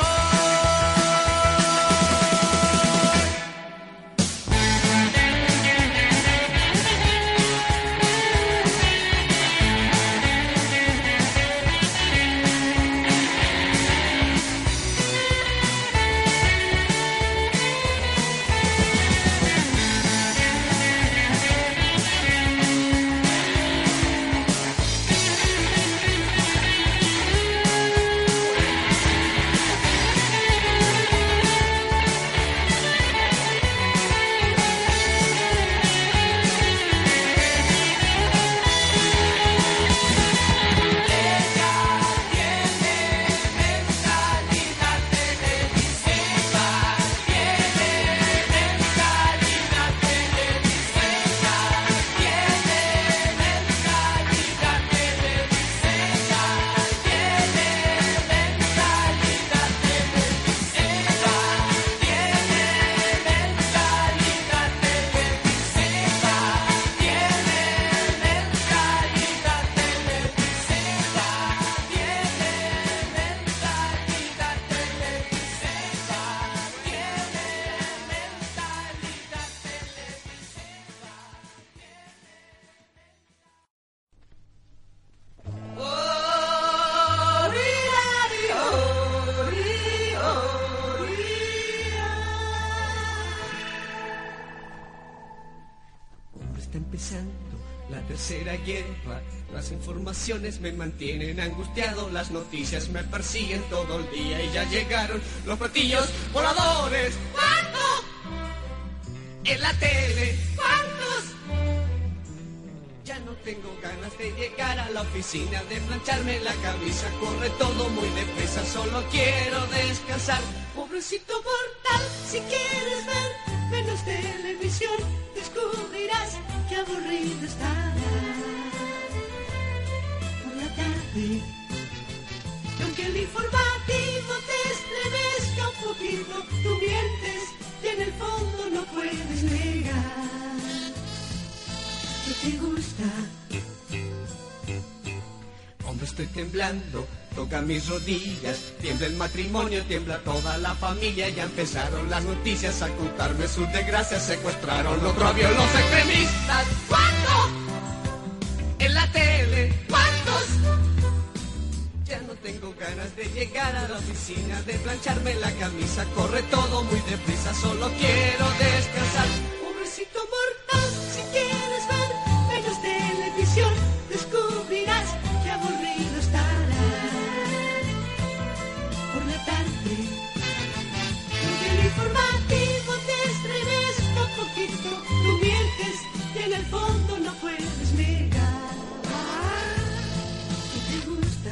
empezando la tercera guerra. Las informaciones me mantienen angustiado, las noticias me persiguen todo el día y ya llegaron los platillos voladores. ¿Cuánto? En la tele. ¿Cuántos? Ya no tengo ganas de llegar a la oficina, de plancharme la camisa, corre todo muy deprisa, solo quiero descansar. Pobrecito mortal, si quieres ver menos televisión, descubrirás que aburrido estará por la tarde. Y aunque el informativo te estremezca un poquito, tú mientes y en el fondo no puedes negar que te gusta. Hombre, estoy temblando, toca mis rodillas, tiembla el matrimonio, tiembla toda la familia. Ya empezaron las noticias a contarme sus desgracias, secuestraron otro avión los extremistas. ¿Cuánto? En la tele. ¿Cuántos? Ya no tengo ganas de llegar a la oficina, de plancharme la camisa, corre todo muy deprisa, solo quiero descansar. Pobrecito mortal, si quieres ver menos televisión, descubrirás que aburrido estará por la tarde. Aunque el informativo te estremezca un poquito, tú mientes y en el fondo no puedes negar que te gusta.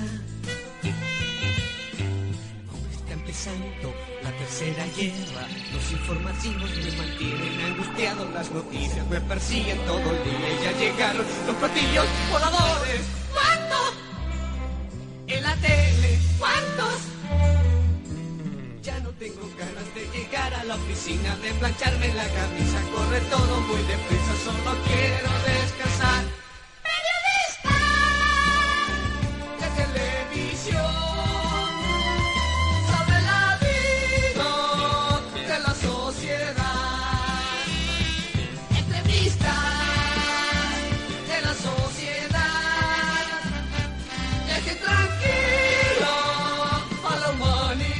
Está empezando la tercera guerra, los informativos me mantienen angustiado, las noticias me persiguen todo el día y ya llegaron los platillos voladores. ¿Cuánto? En la tele. ¿Cuántos? Ya no tengo ganas de llegar a la oficina, de plancharme la camisa, corre todo muy deprisa, solo quiero descansar. ¡Periodista de televisión! Sobre la vida de la sociedad. Entrevista de la sociedad. Deje tranquilo a la humanidad.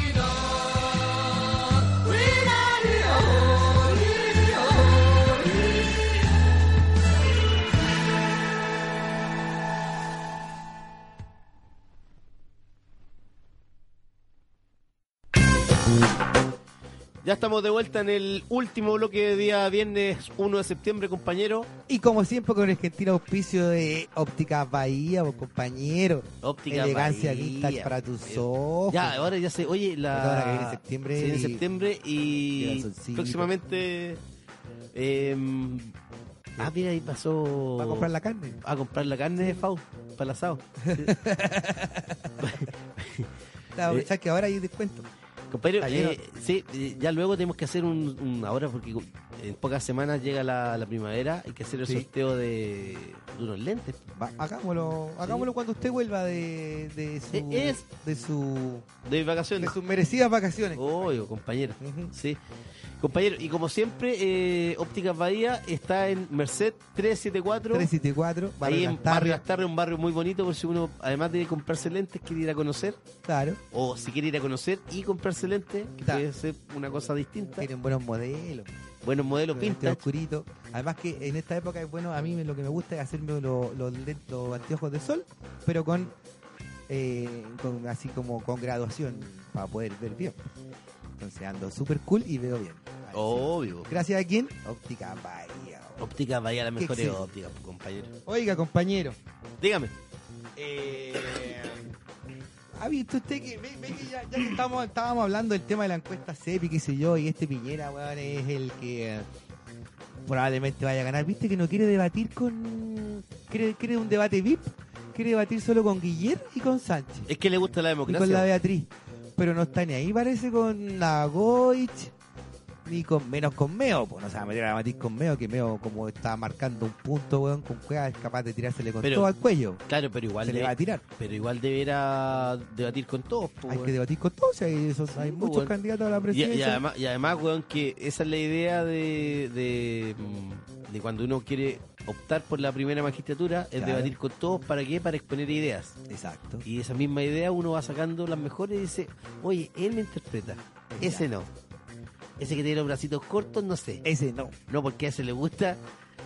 Ya estamos de vuelta en el último bloque de día viernes uno de septiembre, compañero. Y como siempre con el gentil auspicio de Óptica Bahía, vos, compañero. Óptica Elegancia Bahía. vintage para tus ojos. Ya, ahora ya sé, oye, la... Ahora que viene septiembre se viene y- septiembre y y el solcito. próximamente... eh, ah, mira, ahí pasó... ¿Va a comprar la carne? A comprar la carne de Fau, para el asado. La, Eh, ¿sabes que ahora hay descuento? Compañero, Está lleno. eh, sí, eh, ya luego tenemos que hacer un, un- ahora porque en pocas semanas llega la, la primavera, hay que hacer el Sí. sorteo de, de unos lentes. Va, hagámoslo, hagámoslo cuando usted vuelva de, de su Eh, es- de su De vacaciones. de sus merecidas vacaciones. Obvio, compañero. Ujú. Sí. Compañero, y como siempre, eh, Ópticas Bahía está en Merced trescientos setenta y cuatro. trescientos setenta y cuatro, Barrio Ahí en Lastarria. Barrio Lastarria, un barrio muy bonito por si uno, además de comprarse lentes, quiere ir a conocer. Claro, O si quiere ir a conocer y comprarse lentes, que Claro. puede ser una cosa distinta. tienen buenos modelos. Buenos modelos Lentes vintage. oscuritos. Además que en esta época es bueno, a mí lo que me gusta es hacerme los, los, lentes- los anteojos de sol, pero con, eh, con así como con graduación para poder ver bien. Entonces ando súper cool y veo bien. Ahí sí. Obvio. Gracias a quién? Óptica Bahía. Ópticas Bahía, la Qué mejor excelente. óptica, compañero. Oiga, compañero. Dígame. Eh, ¿Ha visto usted que, ve, ve que ya, ya que estamos, estábamos hablando del tema de la encuesta CEPI, qué sé yo, y este Piñera, weón, es el que eh, probablemente vaya a ganar? ¿Viste que no quiere debatir con... quiere, quiere un debate V I P? Quiere debatir solo con Guillermo y con Sánchez. Es que le gusta la Y con la democracia. Beatriz. Pero no está ni ahí, parece, con la Goich, ni con menos con Meo. Pues no se va a meter a debatir con Meo, que Meo, como está marcando un punto, weón, con Cueva, es capaz de tirársele con Pero- todo al cuello. Claro, pero igual, Se le de- va a tirar. pero igual deberá debatir con todos. po, Hay weón. que debatir con todos, hay, esos- hay pues, muchos bueno. candidatos a la Y, presidencia. y además, y además, weón, que esa es la idea de, de, mm, de cuando uno quiere optar por la primera magistratura, es Claro. debatir con todos. ¿Para qué? Para exponer ideas. Exacto. Y esa misma idea uno va sacando las mejores y dice, oye, él me interpreta. Ese no. Ese que tiene los bracitos cortos, no sé. Ese no. No, porque a ese le gusta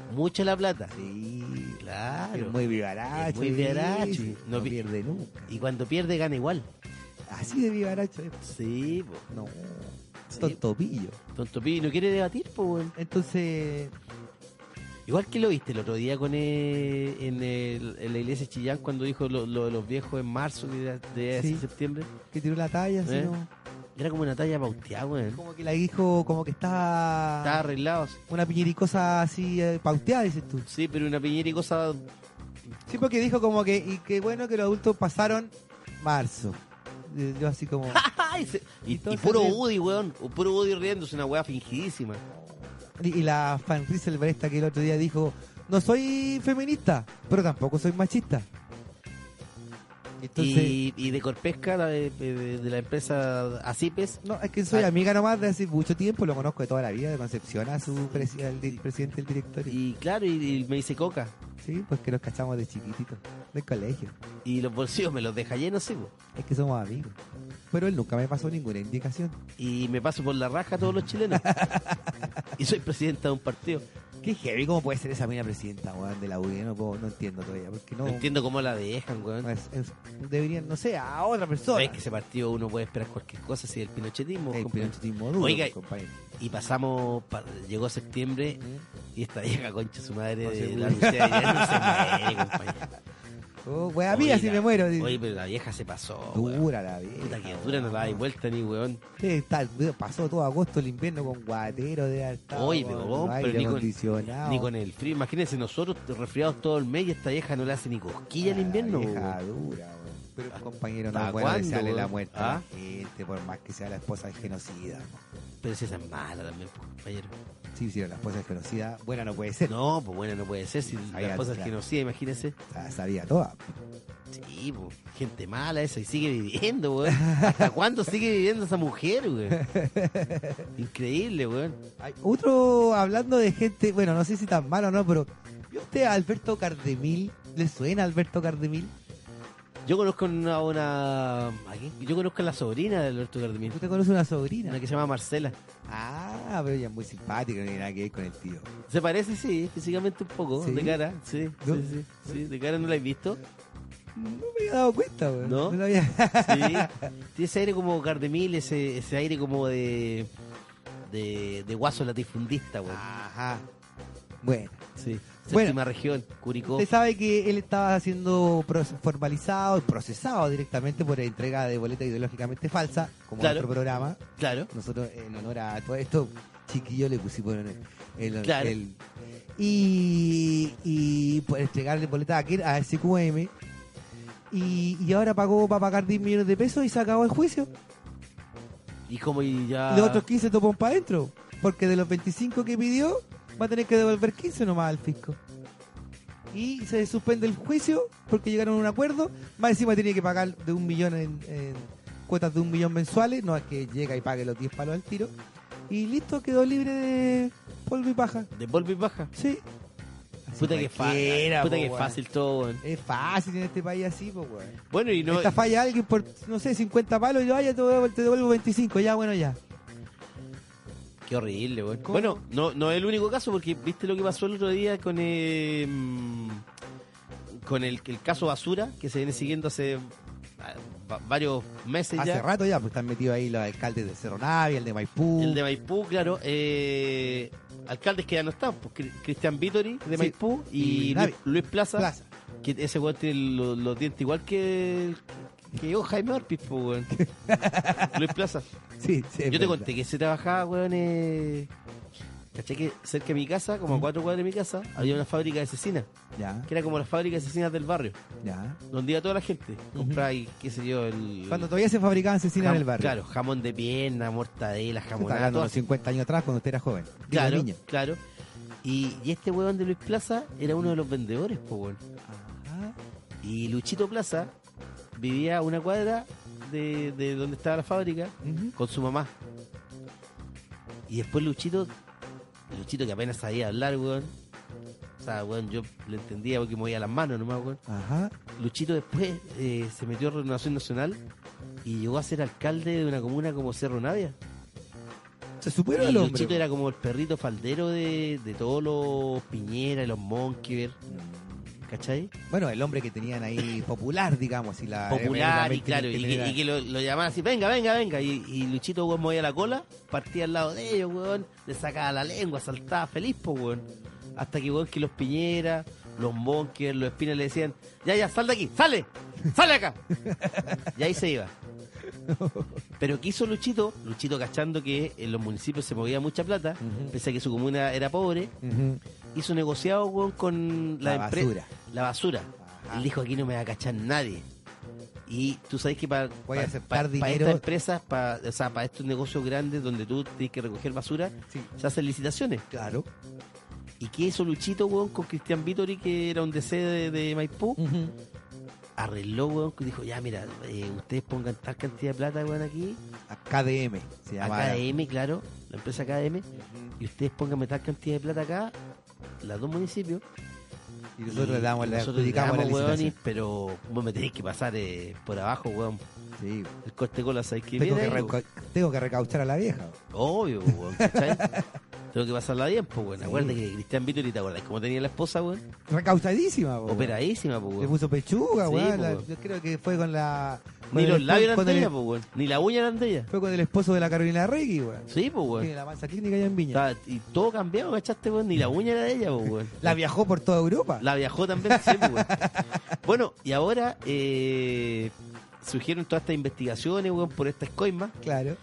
Mucha la plata. Sí, Claro. es muy vivaracho. Es muy vivaracho. sí, No No, pi- pierde nunca. Y cuando pierde, gana igual. Así de vivaracho es. Sí, po. No, Sí. tontopillo. Tonto Pi no quiere debatir, pues, weón. Entonces, Igual que lo viste el otro día con eh, en, el- en la iglesia de Chillán cuando dijo lo, lo de los viejos en marzo, que era de Sí. septiembre. que tiró la talla, así, ¿Eh? ¿no? Era como una talla pauteada, weón. Como que la dijo, como que estaba... Estaba arreglado. Una piñericosa así eh, pauteada, dices tú. Sí, pero una piñera y cosa. Sí, porque dijo como que, y que bueno que los adultos pasaron marzo. Eh, Yo así como... Ay, se- y, y Entonces, puro eh, Woody, weón. O puro Woody riéndose, una weá fingidísima. Y, y la fan Rizel Bresta que el otro día dijo, no soy feminista, pero tampoco soy machista. Entonces, Y, y de Corpesca, la de, de- de la empresa Acipes, no, es que soy Ah. amiga nomás de hace mucho tiempo, lo conozco de toda la vida, de Concepción a su presi- al di- presidente del directorio. y claro, y, y me dice Coca. Sí, pues que nos cachamos de chiquititos, del colegio. Y los bolsillos me los deja llenos, sí, po. Es que somos amigos. Pero él nunca me pasó ninguna indicación. Y me paso por la raja a todos los chilenos. Y soy presidenta de un partido. Qué heavy, ¿cómo puede ser esa mina presidenta, weón, de la U D? No, puedo- no entiendo todavía, porque no... No entiendo cómo la dejan, weón. no es- es- deberían, no sé, a otra persona. Sabes que ese partido uno puede esperar cualquier cosa si el pinochetismo. El compadre. pinochetismo duro, Oiga, compañero. y pasamos, pa- llegó septiembre y esta vieja concha su madre No de se la muere. Lucía ya no se muere, compañero. Oh, wea mía, Oiga, si me muero. dice. Oye, pero la vieja se pasó. weón. Dura la vida. Puta que dura, no la da vuelta ni weón. Sí, está- pasó todo agosto el invierno con guatero de alta. Oye, pero, weón, pero ni con, ni con el frío. Imagínense nosotros resfriados todo el mes y esta vieja no le hace ni cosquilla el invierno. Vieja weón. dura, weón. Pero compañero, no ¿Hasta es bueno cuándo, desearle la weón? muerte ¿Ah? a la gente, por más que sea la esposa del genocida. ¿no? Pero si esa es mala también, pues, compañero. Sí, sí, la esposa del genocida, buena no puede ser. No, pues bueno, no puede ser. Si Ahí la esposa es claro. genocida, imagínense. O sea, sabía toda. Sí, pues, gente mala esa y sigue viviendo, weón. ¿Hasta cuándo sigue viviendo esa mujer, weón? Increíble, weón. Hay otro, hablando de gente, bueno, no sé si tan malo o no, pero ¿vio usted a Alberto Cardemil? ¿Le suena a Alberto Cardemil? Yo conozco una, una ¿a quién? Yo conozco a la sobrina de Alberto Cardemil, ¿Usted conoce una sobrina? una que se llama Marcela. Ah, pero ella es muy simpática, no tiene nada que ver con el tío. Se parece, sí, físicamente un poco, ¿Sí? de cara, sí, ¿No? sí, sí, sí, de cara no la he visto. No me había dado cuenta, güey. ¿No? lo había... Sí, tiene ese aire como Cardemil, ese, ese aire como de, de, de guaso latifundista, weón. Ajá. Bueno, Sí, Bueno. séptima región, Curicó. usted sabe que él estaba siendo pro- formalizado, procesado directamente por entrega de boleta ideológicamente falsa, como Claro. nuestro programa. Claro, Nosotros, en honor a todo esto, chiquillo le pusimos el, el- Claro. el- y, y por entregarle boleta a, aquel- a S Q M. Y, y ahora pagó para pagar diez millones de pesos y se acabó el juicio. y como y ya... Y los otros quince topón para adentro. Porque de los veinticinco que pidió, va a tener que devolver quince nomás al fisco. Y se suspende el juicio porque llegaron a un acuerdo. Más encima tiene que pagar de un millón en, en cuotas de un millón mensuales. No es que llega y pague los diez palos al tiro. Y listo, quedó libre de polvo y paja. De polvo y baja. Sí. Así Puta que cualquiera, fácil, puta po, que weón. fácil todo, weón. Es fácil en este país así, pues, weón. Bueno, y no... Esta falla alguien por, no sé, cincuenta palos y yo, vaya, te devuelvo, te devuelvo veinticinco. Ya, bueno, ya. Qué horrible, weón. ¿Cómo? Bueno, no, no es el único caso, porque viste lo que pasó el otro día con eh, mm, con el, el caso Basura, que se viene siguiendo hace ah, va- varios meses Hace ya. rato ya, pues están metidos ahí los alcaldes de Cerro Navia, el de Maipú. El de Maipú, claro. Eh, alcaldes que ya no están, pues Cri- Cristian Vítori de Sí. Maipú y, Y Luis, Navi. Luis Plaza, Plaza. que ese weón tiene los, los dientes igual que, que yo, Jaime Orpiz, pues, weón. Luis Plaza. Sí, sí, es Yo te verdad. conté que se trabajaba, weón, eh, caché que cerca de mi casa, como a cuatro cuadras de mi casa, había una fábrica de cecina, Ya, que era como la fábrica de cecinas del barrio, ya. donde iba toda la gente, compraba y qué sé yo, el... Cuando todavía se fabricaban cecinas jam- en el barrio. Claro, jamón de pierna, mortadela, Usted está jamonada, hablando de todo unos así. cincuenta años atrás cuando usted era joven. Digo, Claro, niño. claro. Y, y este weón de Luis Plaza era uno de los vendedores, pues, weón. Ajá. Y Luchito Plaza vivía a una cuadra de, de donde estaba la fábrica Ujú. con su mamá. Y después Luchito, Luchito que apenas sabía hablar, weón. O sea, weón, yo le entendía porque movía las manos nomás, weón. Ajá. Luchito después eh, se metió a Renovación Nacional y llegó a ser alcalde de una comuna como Cerro Navia. Se superó Y el hombre. Luchito era como el perrito faldero de, de todos los Piñera y los Monkever. ¿Cachai? Bueno, el hombre que tenían ahí popular, digamos. Y la, Popular y realmente claro, y, tenía- que- y que lo, lo llamaban así, venga, venga, venga. Y, y Luchito, weón, movía la cola, partía al lado de ellos, weón, le sacaba la lengua, saltaba feliz, po, weón. Hasta que, weón, que los Piñera, los Monkever, los Espinas le decían, ya, ya, sal de aquí, sale, sale acá. Y ahí se iba. Pero ¿qué hizo Luchito? Luchito cachando que en los municipios se movía mucha plata, Ujú. pese a que su comuna era pobre, Ujú. hizo negociado, weón, con la, La empre- basura. La basura. Ajá. Él dijo, aquí no me va a cachar nadie. Y tú sabes que para Voy a aceptar dinero. estas empresas, para, o sea, para estos negocios grandes donde tú tienes que recoger basura, Sí. se hacen licitaciones. Claro. ¿Y qué hizo Luchito, weón, con Cristian Vittori, que era un D C de, de Maipú? Ujú. Arregló, weón, que dijo, ya, mira, eh, ustedes pongan tal cantidad de plata, weón, aquí, A K D M se a llama. K D M, claro, la empresa K D M, y ustedes pónganme tal cantidad de plata acá, los dos municipios, Y nosotros le damos, le nosotros le adjudicamos la damos, weón, y- licitación. pero vos me tenéis que pasar eh, por abajo, weón. Sí. El corte cola, ¿sabes qué? Tengo viene que, ahí, reca- tengo que recauchar a la vieja. obvio, weón, ¿cachai? Tengo que pasarla bien, pues, weón. Acuérdate que Cristian Vittori, ¿te acuerdas cómo tenía la esposa, weón? Recauchadísima, po, Operadísima, pues, Le weón. puso pechuga, Sí, weón. po, la- weón. yo creo que fue con la. con Ni el los espo- labios eran con de el- ella, pues, weón. Ni la uña eran de ella. Fue con el esposo de la Carolina Regui, weón. Sí, pues, Tiene weón. la mansa clínica allá en Viña. Estaba- Y todo cambiado, ¿cachaste, weón? Ni la uña era de ella, pues, weón. La viajó por toda Europa. La viajó también, sí, pues, weón. Bueno, y ahora eh, surgieron todas estas investigaciones, weón, por esta escoima. Claro.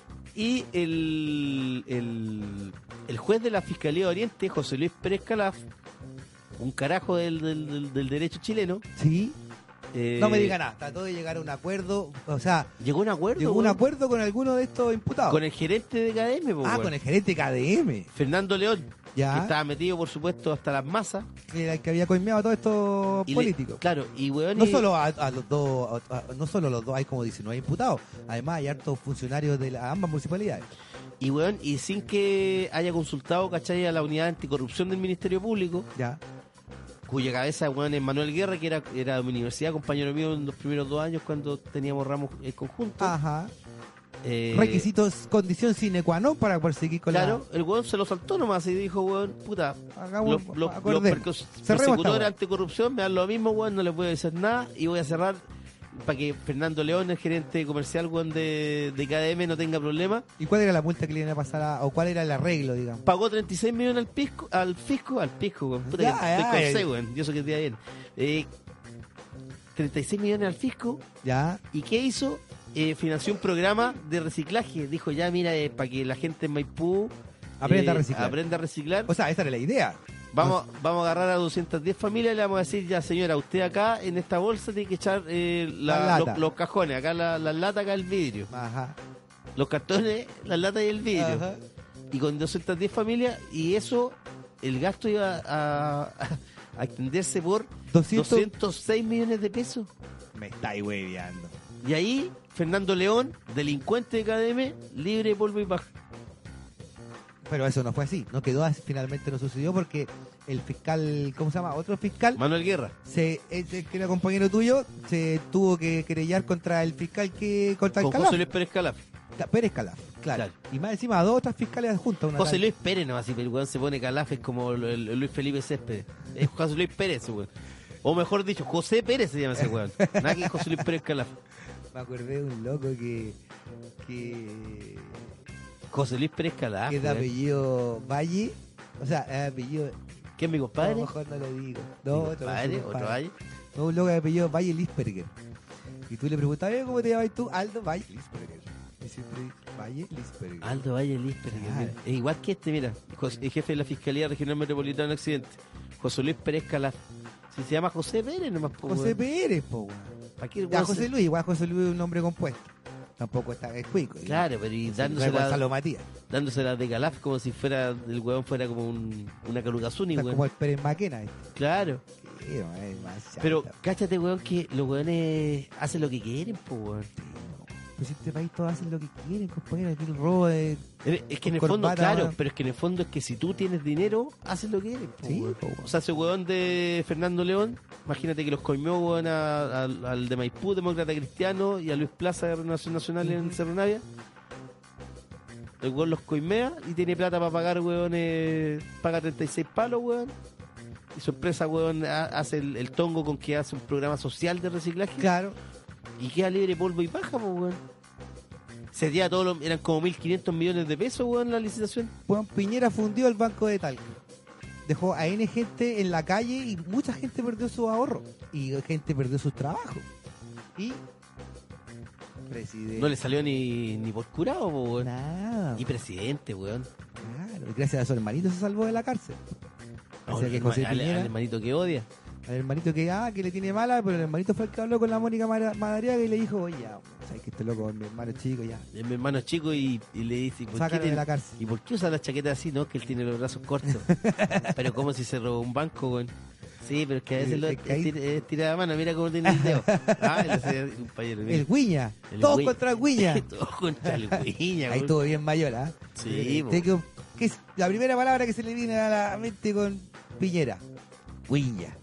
Y el, el, el juez de la Fiscalía de Oriente, José Luis Pérez Calaf, un carajo del, del, del- del derecho chileno. Sí. eh, No me diga nada. Trató de llegar a un acuerdo. O sea, Llegó a un acuerdo, llegó a un weón, acuerdo con alguno de estos imputados. con el gerente de K D M, pues, ah, weón. con el gerente K D M. Fernando León, Ya. que estaba metido, por supuesto, hasta las masas. Que era el que había coimeado a todos estos Y le- políticos. claro, y weón. No y- solo a, a los dos, a- a- no solo los dos, hay como diecinueve imputados. Además, hay hartos funcionarios de la- ambas municipalidades. Y weón, y sin que haya consultado, ¿cachai? A la unidad anticorrupción del Ministerio Público, Ya. cuya cabeza, weón, es Manuel Guerra, que era, era de mi universidad, compañero mío en los primeros dos años cuando teníamos ramos en conjunto. Ajá. Eh, Requisitos, condición sine qua non para poder seguir con Claro, el weón se lo saltó nomás y dijo, weón, puta, la. Hagamos, los, los, los acordemos. percos- Cerremos esta persecutores weá. anticorrupción me dan lo mismo, weón, no les voy a decir nada y voy a cerrar para que Fernando León, el gerente comercial, weón, de, de K D M, no tenga problema. ¿Y cuál era la multa que le iban a pasar a, o cuál era el arreglo, digamos? Pagó treinta y seis millones al pisco, al fisco, al pisco, weón. Puta Ya, que ya, estoy con ya. C, weón. Yo sé que te da bien. Eh, treinta y seis millones al fisco. Ya. ¿Y qué hizo? Eh, financió un programa de reciclaje. Dijo, ya, mira, eh, para que la gente en Maipú Aprenda eh, a reciclar. aprenda a reciclar. O sea, esa era la idea. Vamos, vamos a agarrar a doscientas diez familias y le vamos a decir, ya, señora, usted acá en esta bolsa tiene que echar eh, la- La lata. los, los cajones. Acá la- las latas, acá el vidrio. Ajá. Los cartones, las latas y el vidrio. Ajá. Y con doscientas diez familias, y eso, el gasto iba a, a extenderse por doscientos doscientos seis millones de pesos. Me estáis hueveando. Y ahí, Fernando León, delincuente de K D M, libre de polvo y paja. Pero eso no fue así. No quedó así, finalmente no sucedió porque el fiscal, ¿cómo se llama? Otro fiscal, Manuel Guerra. se, ese que era compañero tuyo, se tuvo que querellar contra el fiscal que, contra el Con Calaf. José Luis Pérez Calaf. Ca- Pérez Calaf, claro. Claro. Y más encima a dos otras fiscales adjuntas. Una José tal- Luis Pérez, no, así, el weón se pone Calaf, es como el, el Luis Felipe Céspedes. Es José Luis Pérez, weón. O mejor dicho, José Pérez se llama ese weón. Nada que José Luis Pérez Calaf. Me acordé de un loco que. que. José Luis Pérez Calaf. que es de weón. apellido Valle. O sea, es apellido. ¿Quién es mi No, compadre? mejor no lo digo. ¿Mi No, otro, compadre? otro ¿Otro Valle? No, un loco de apellido Valle Lisperger. Y tú le preguntabas, "Eh, ¿cómo te llamas tú? Aldo Valle Lisperger. Y siempre dice, Valle Lisperger. Aldo Valle Lisperger, Claro. mira. Es igual que este, mira. Jos- El jefe de la Fiscalía Regional Metropolitana de Occidente. José Luis Pérez Calaf. Si se llama José Pérez, nomás. po, José weón. Pérez, po, weón. ¿Para qué el Ya, weón José se- Luis, igual José Luis es un nombre compuesto. Tampoco está es cuico. Claro, pero y dándose Gonzalo la, Matías. dándose la de Calaf como si fuera el weón fuera como un, una Calugazuni, Está weón. como el Pérez Maquena. Este. Claro. Sí, weón, es más chata. Pero cáchate, weón, que los weones hacen lo que quieren, po, weón. Pues si este país todos hacen lo que quieren, compañero. Aquí el robo de... Es que en el Con fondo, corbata, claro, weón. pero es que en el fondo es que si tú tienes dinero, haces lo que quieres, po, Sí, weón. po, weón. O sea, ese weón de Fernando León, imagínate que los coimió, weón, a- al- al de Maipú, Demócrata Cristiano, y a Luis Plaza de Renovación Nacional en Cerro Navia. el weón los coimea y tiene plata para pagar, weón, eh, paga treinta y seis palos, weón. Y su empresa, weón, ha- hace el, el tongo con que hace un programa social de reciclaje. Claro. Y queda libre polvo y paja, pues, weón. Se día todos los, eran como mil quinientos millones de pesos, weón, la licitación. Juan Piñera fundió el banco de Talca. Dejó a N gente en la calle y mucha gente perdió su ahorro. Y gente perdió sus trabajos. Y... presidente. No le salió ni, ni por curado, pues, weón. Nada. Y presidente, weón. Claro, y gracias a su hermanito se salvó de la cárcel. No, O sea que al- José al, Piñera- al hermanito que odia. Al hermanito que, ah, que le tiene mala, pero el hermanito fue el que habló con la Mónica Mara- Madariaga y le dijo, oye, ya, sabes que este loco es mi hermano chico, ya. Es mi hermano chico y, y le dice, ¿y por, qué Sácalo de tiene- la cárcel. ¿y por qué usa la chaqueta así? No, que él tiene los brazos cortos. Pero como si se robó un banco, weón. Sí, pero es que a veces Eh, lo, es que ahí- es, tir- es tirada de mano, mira cómo tiene el dedo. Ah, le hace un compañero, mira. El Guiña. El Todos Gui- contra el Guiña. Todos contra el Guiña, Ahí weón. estuvo bien Mayola. Sí, Eh, po. te digo, ¿qué es la primera palabra que se le viene a la mente con Piñera? Guiña.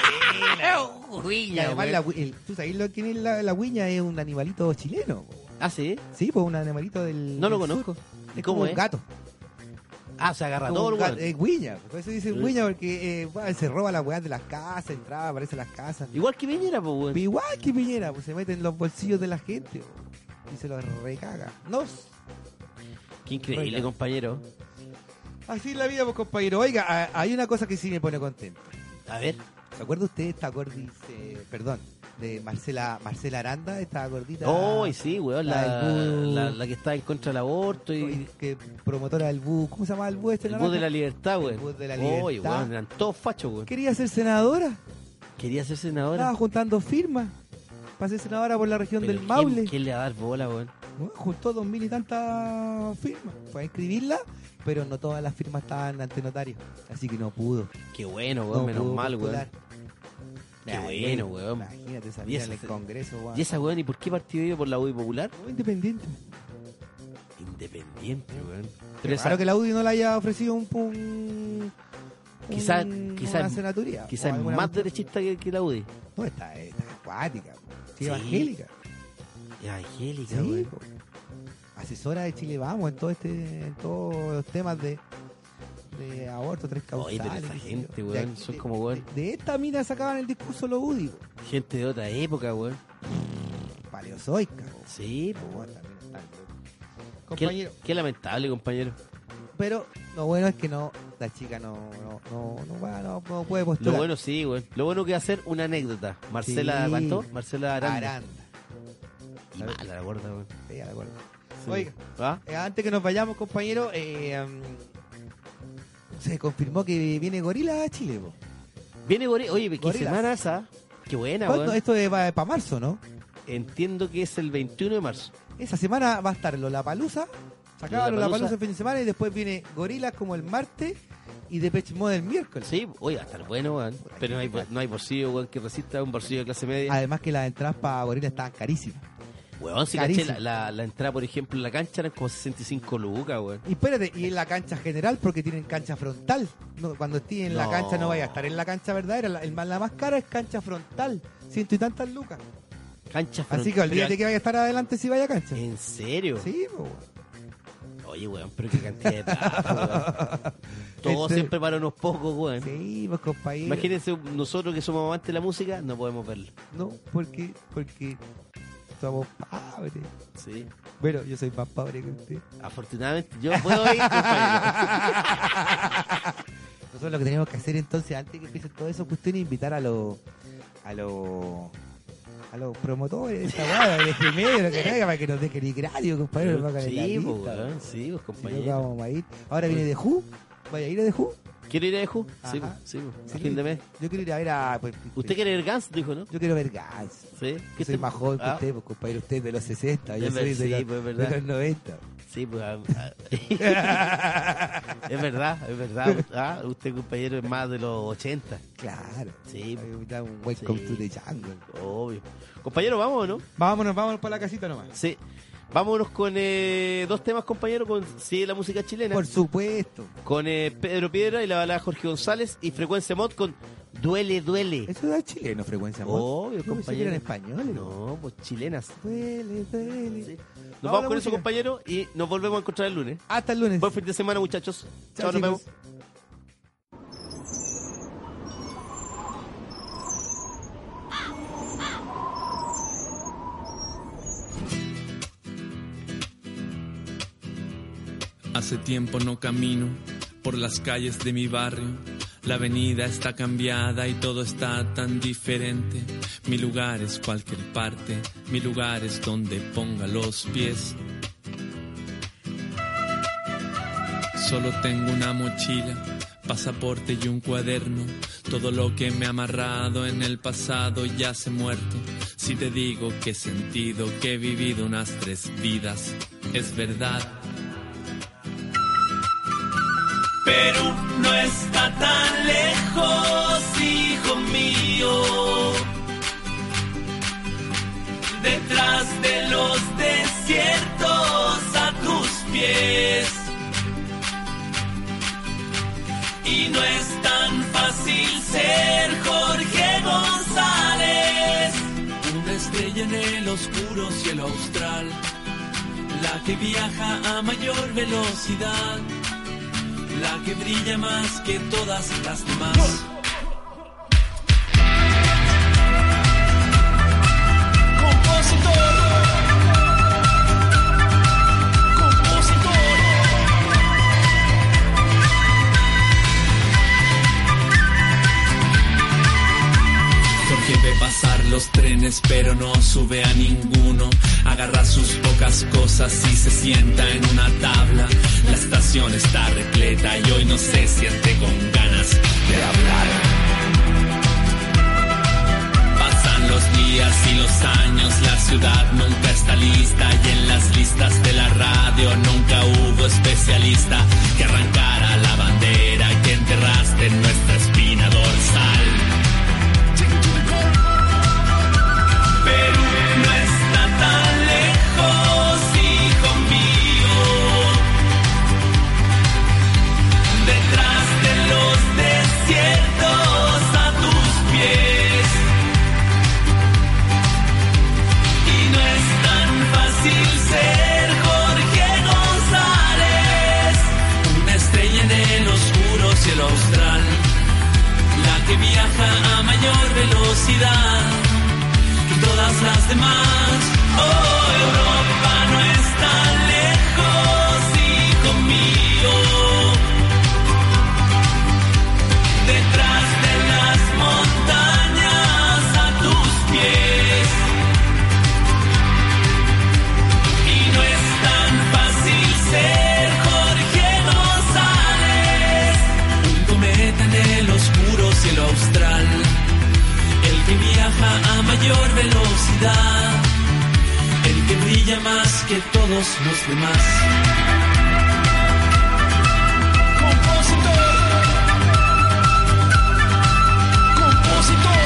Y Guiña, además, weón. la gui- el- ¿tú sabes lo que es la, la guiña? Es un animalito chileno. po. Ah, ¿sí? Sí, pues un animalito del. No lo del conozco. sur. ¿Y Es cómo como es? un gato. Ah, se agarra Como todo un el gato. weón. Es guiña. Por eso dicen Sí. guiña, porque eh, bueno, se roba las weas de las casas, entraba, aparece en las casas. Igual que Piñera, pues, weón. Igual que Piñera, pues se mete en los bolsillos de la gente po, y se los recaga. Nos. Qué increíble, Oiga. compañero. Así es la vida, pues compañero. Oiga, a- hay una cosa que sí me pone contento. A ver. ¿Se acuerda usted de esta gordis, eh, perdón, de Marcela Marcela Aranda, esta gordita? Oh, y sí, weón, la la, del bu- la, la que está en contra del aborto y que promotora del bus, ¿cómo se llama el bus este? el naranja? bus de la libertad, weón. El bus de la Oye, libertad. weón, eran todos fachos, weón. Quería ser senadora. Quería ser senadora. Estaba juntando firmas para ser senadora por la región Pero del ¿quién- Maule. ¿Quién le va a dar bola, weón? Bueno, juntó dos mil y tantas firmas. Fue a inscribirla, pero no todas las firmas estaban ante notario. Así que no pudo. Qué bueno, weón, No menos pudo mal, weón. postular. Qué Ay, bueno, weón. Imagínate esa Y mina esa- en el Congreso, weón. ¿Y esa weón? ¿Y por qué partido iba por la U D I Popular? No, independiente. Independiente, weón. Pero Pero esa- claro que la U D I no le haya ofrecido un... un Quizá- un- quizá una es- senaturía. quizá o es alguna más cuestión. derechista que, que la U D I. No, está, está acuática. po. Sí, Sí. evangélica. Evangélica, Sí, weón. po. Asesora de Chile Vamos en todo este en todos los temas de, de aborto, tres Oye, causales. pero esa qué sé gente, yo. weón, De- son de- como, weón. De, de esta mina sacaban el discurso los U D I. po. Gente de otra época, weón. Paleozoica. po. Sí, po, Po, weón. también están locos. Qué, Compañero, qué lamentable, compañero. pero lo bueno es que no, la chica no, no, no, no, va- no- no puede postular. Lo bueno sí, weón. Lo bueno que va a ser una anécdota. Marcela, Sí. ¿cuánto? Marcela Aranda. Aranda. Y mala la gorda, weón. Sí, ya de acuerdo. Sí. Oiga, ¿Ah? eh, antes que nos vayamos, compañero, eh, um, se confirmó que viene Gorila a Chile. Po. Viene Gori- Oye, ¿qué Gorilas. semana esa? Qué buena, ¿Cuándo? weón. Esto va para marzo, ¿no? Entiendo que es el veintiuno de marzo. Esa semana va a estar Lollapalooza. Se acaba Lollapalooza. Lollapalooza el fin de semana y después viene Gorilas como el martes y Depeche Mode el miércoles. Sí, oye, va a estar bueno, weón. Puta, Pero no hay, qué no hay bolsillo, weón, que resista un bolsillo de clase media. Además que las entradas para Gorilas estaban carísimas. Weón, si carísimo. caché, la, la, la entrada, por ejemplo, en la cancha eran como sesenta y cinco lucas, weón. Y espérate, y en la cancha general porque tienen cancha frontal. No, cuando estés en la No. cancha no vaya a estar en la cancha verdadera. La, el- la más cara es cancha frontal. Ciento y tantas lucas. Cancha Así que frontal. olvídate que vaya a estar adelante si vaya a cancha. ¿En serio? Sí, po, weón. Oye, weón, pero qué cantidad de plata, weón. Todos Este- siempre para unos pocos, weón. Sí, pues compañero. Imagínense nosotros que somos amantes de la música, no podemos verlo. No, porque, porque somos pobres. Sí. Bueno, yo soy más pobre que usted. Afortunadamente, yo puedo ir, compañero. Nosotros lo que tenemos que hacer entonces, antes que empiecen todo eso, cuestión es invitar a los a los a los promotores de esta guada, de primero, que traiga para que nos dejen ir gratis, compañero. nos pongan en la Sí, lista, pues, weón, weón. sí, pues, Si no, compañero. vamos a ir. Ahora viene de Who. ¿Vaya a ir a de Who? ¿Quiere ir a Eju? Sí, Ajá. pues, sí, pues, a Sí, fin de mes. Yo quiero ir a ver a... Pues, ¿Usted quiere ver Guns? Dijo, ¿no? Yo quiero ver Guns. Sí. Que soy más joven que Ah, usted, pues, compañero. Usted es de los sesenta, yo Es soy ver- de, sí, los, pues, es de verdad. los noventa. Sí, pues. ah, ah. Es verdad, es verdad. Ah, usted, compañero, es más de los ochenta. Claro. Sí, Hay que invitar un welcome Sí. to the jungle. obvio. Compañero, ¿vamos o no? Vámonos, vámonos para la casita nomás. Sí. Vámonos con eh, dos temas, compañero, con Sigue la música chilena. Por supuesto. Con eh, Pedro Piedra y la balada Jorge González y Frecuencia Mod con Duele, Duele. Eso es chileno, frecuencia mod. Obvio, Yo pensé que compañero. eran españoles. No, pues chilenas. Duele, duele. Sí. Nos vamos con eso, compañeros, y nos volvemos a encontrar el lunes. Hasta el lunes. Buen fin de semana, muchachos. Chao, Chao, nos vemos. Hace tiempo no camino por las calles de mi barrio. La avenida está cambiada y todo está tan diferente. Mi lugar es cualquier parte, mi lugar es donde ponga los pies. Solo tengo una mochila, pasaporte y un cuaderno. Todo lo que me ha amarrado en el pasado ya se ha muerto. Si te digo que he sentido que he vivido unas tres vidas, es verdad. Perú no está tan lejos, hijo mío. Detrás de los desiertos a tus pies. Y no es tan fácil ser Jorge González. Una estrella en el oscuro cielo austral, la que viaja a mayor velocidad, la que brilla más que todas las demás. Compositor, compositor. Jorge ve pasar los trenes pero no sube a ninguno. Agarra sus pocas cosas y se sienta en una tabla. La estación está repleta y hoy no se siente con ganas de hablar. Pasan los días y los años, la ciudad nunca está lista. Y en las listas de la radio nunca hubo especialista que arrancara la bandera que enterraste en nuestra espina dorsal. Perú no está tan lejos, hijo mío. Detrás de los desiertos a tus pies. Y no es tan fácil ser Jorge González. Una estrella en el oscuro cielo austral, la que viaja a mayor velocidad que todas las demás. Oh, Europa no es tan lejos, hijo mío. Detrás de las montañas a tus pies. Y no es tan fácil ser Jorge González. Un cometa en el oscuro cielo austral, el que viaja a mayor velocidad, el que brilla más que todos los demás. Compositor, compositor.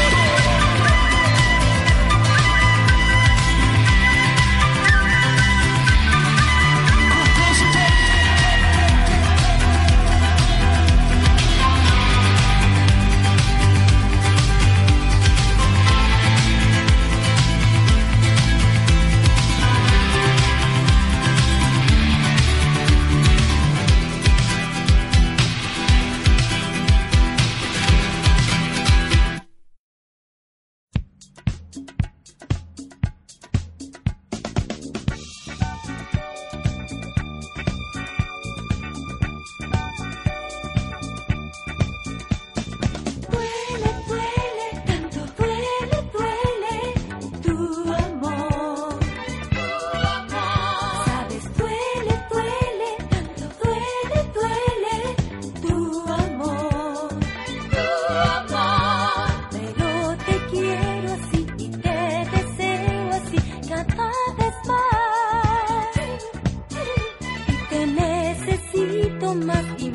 Más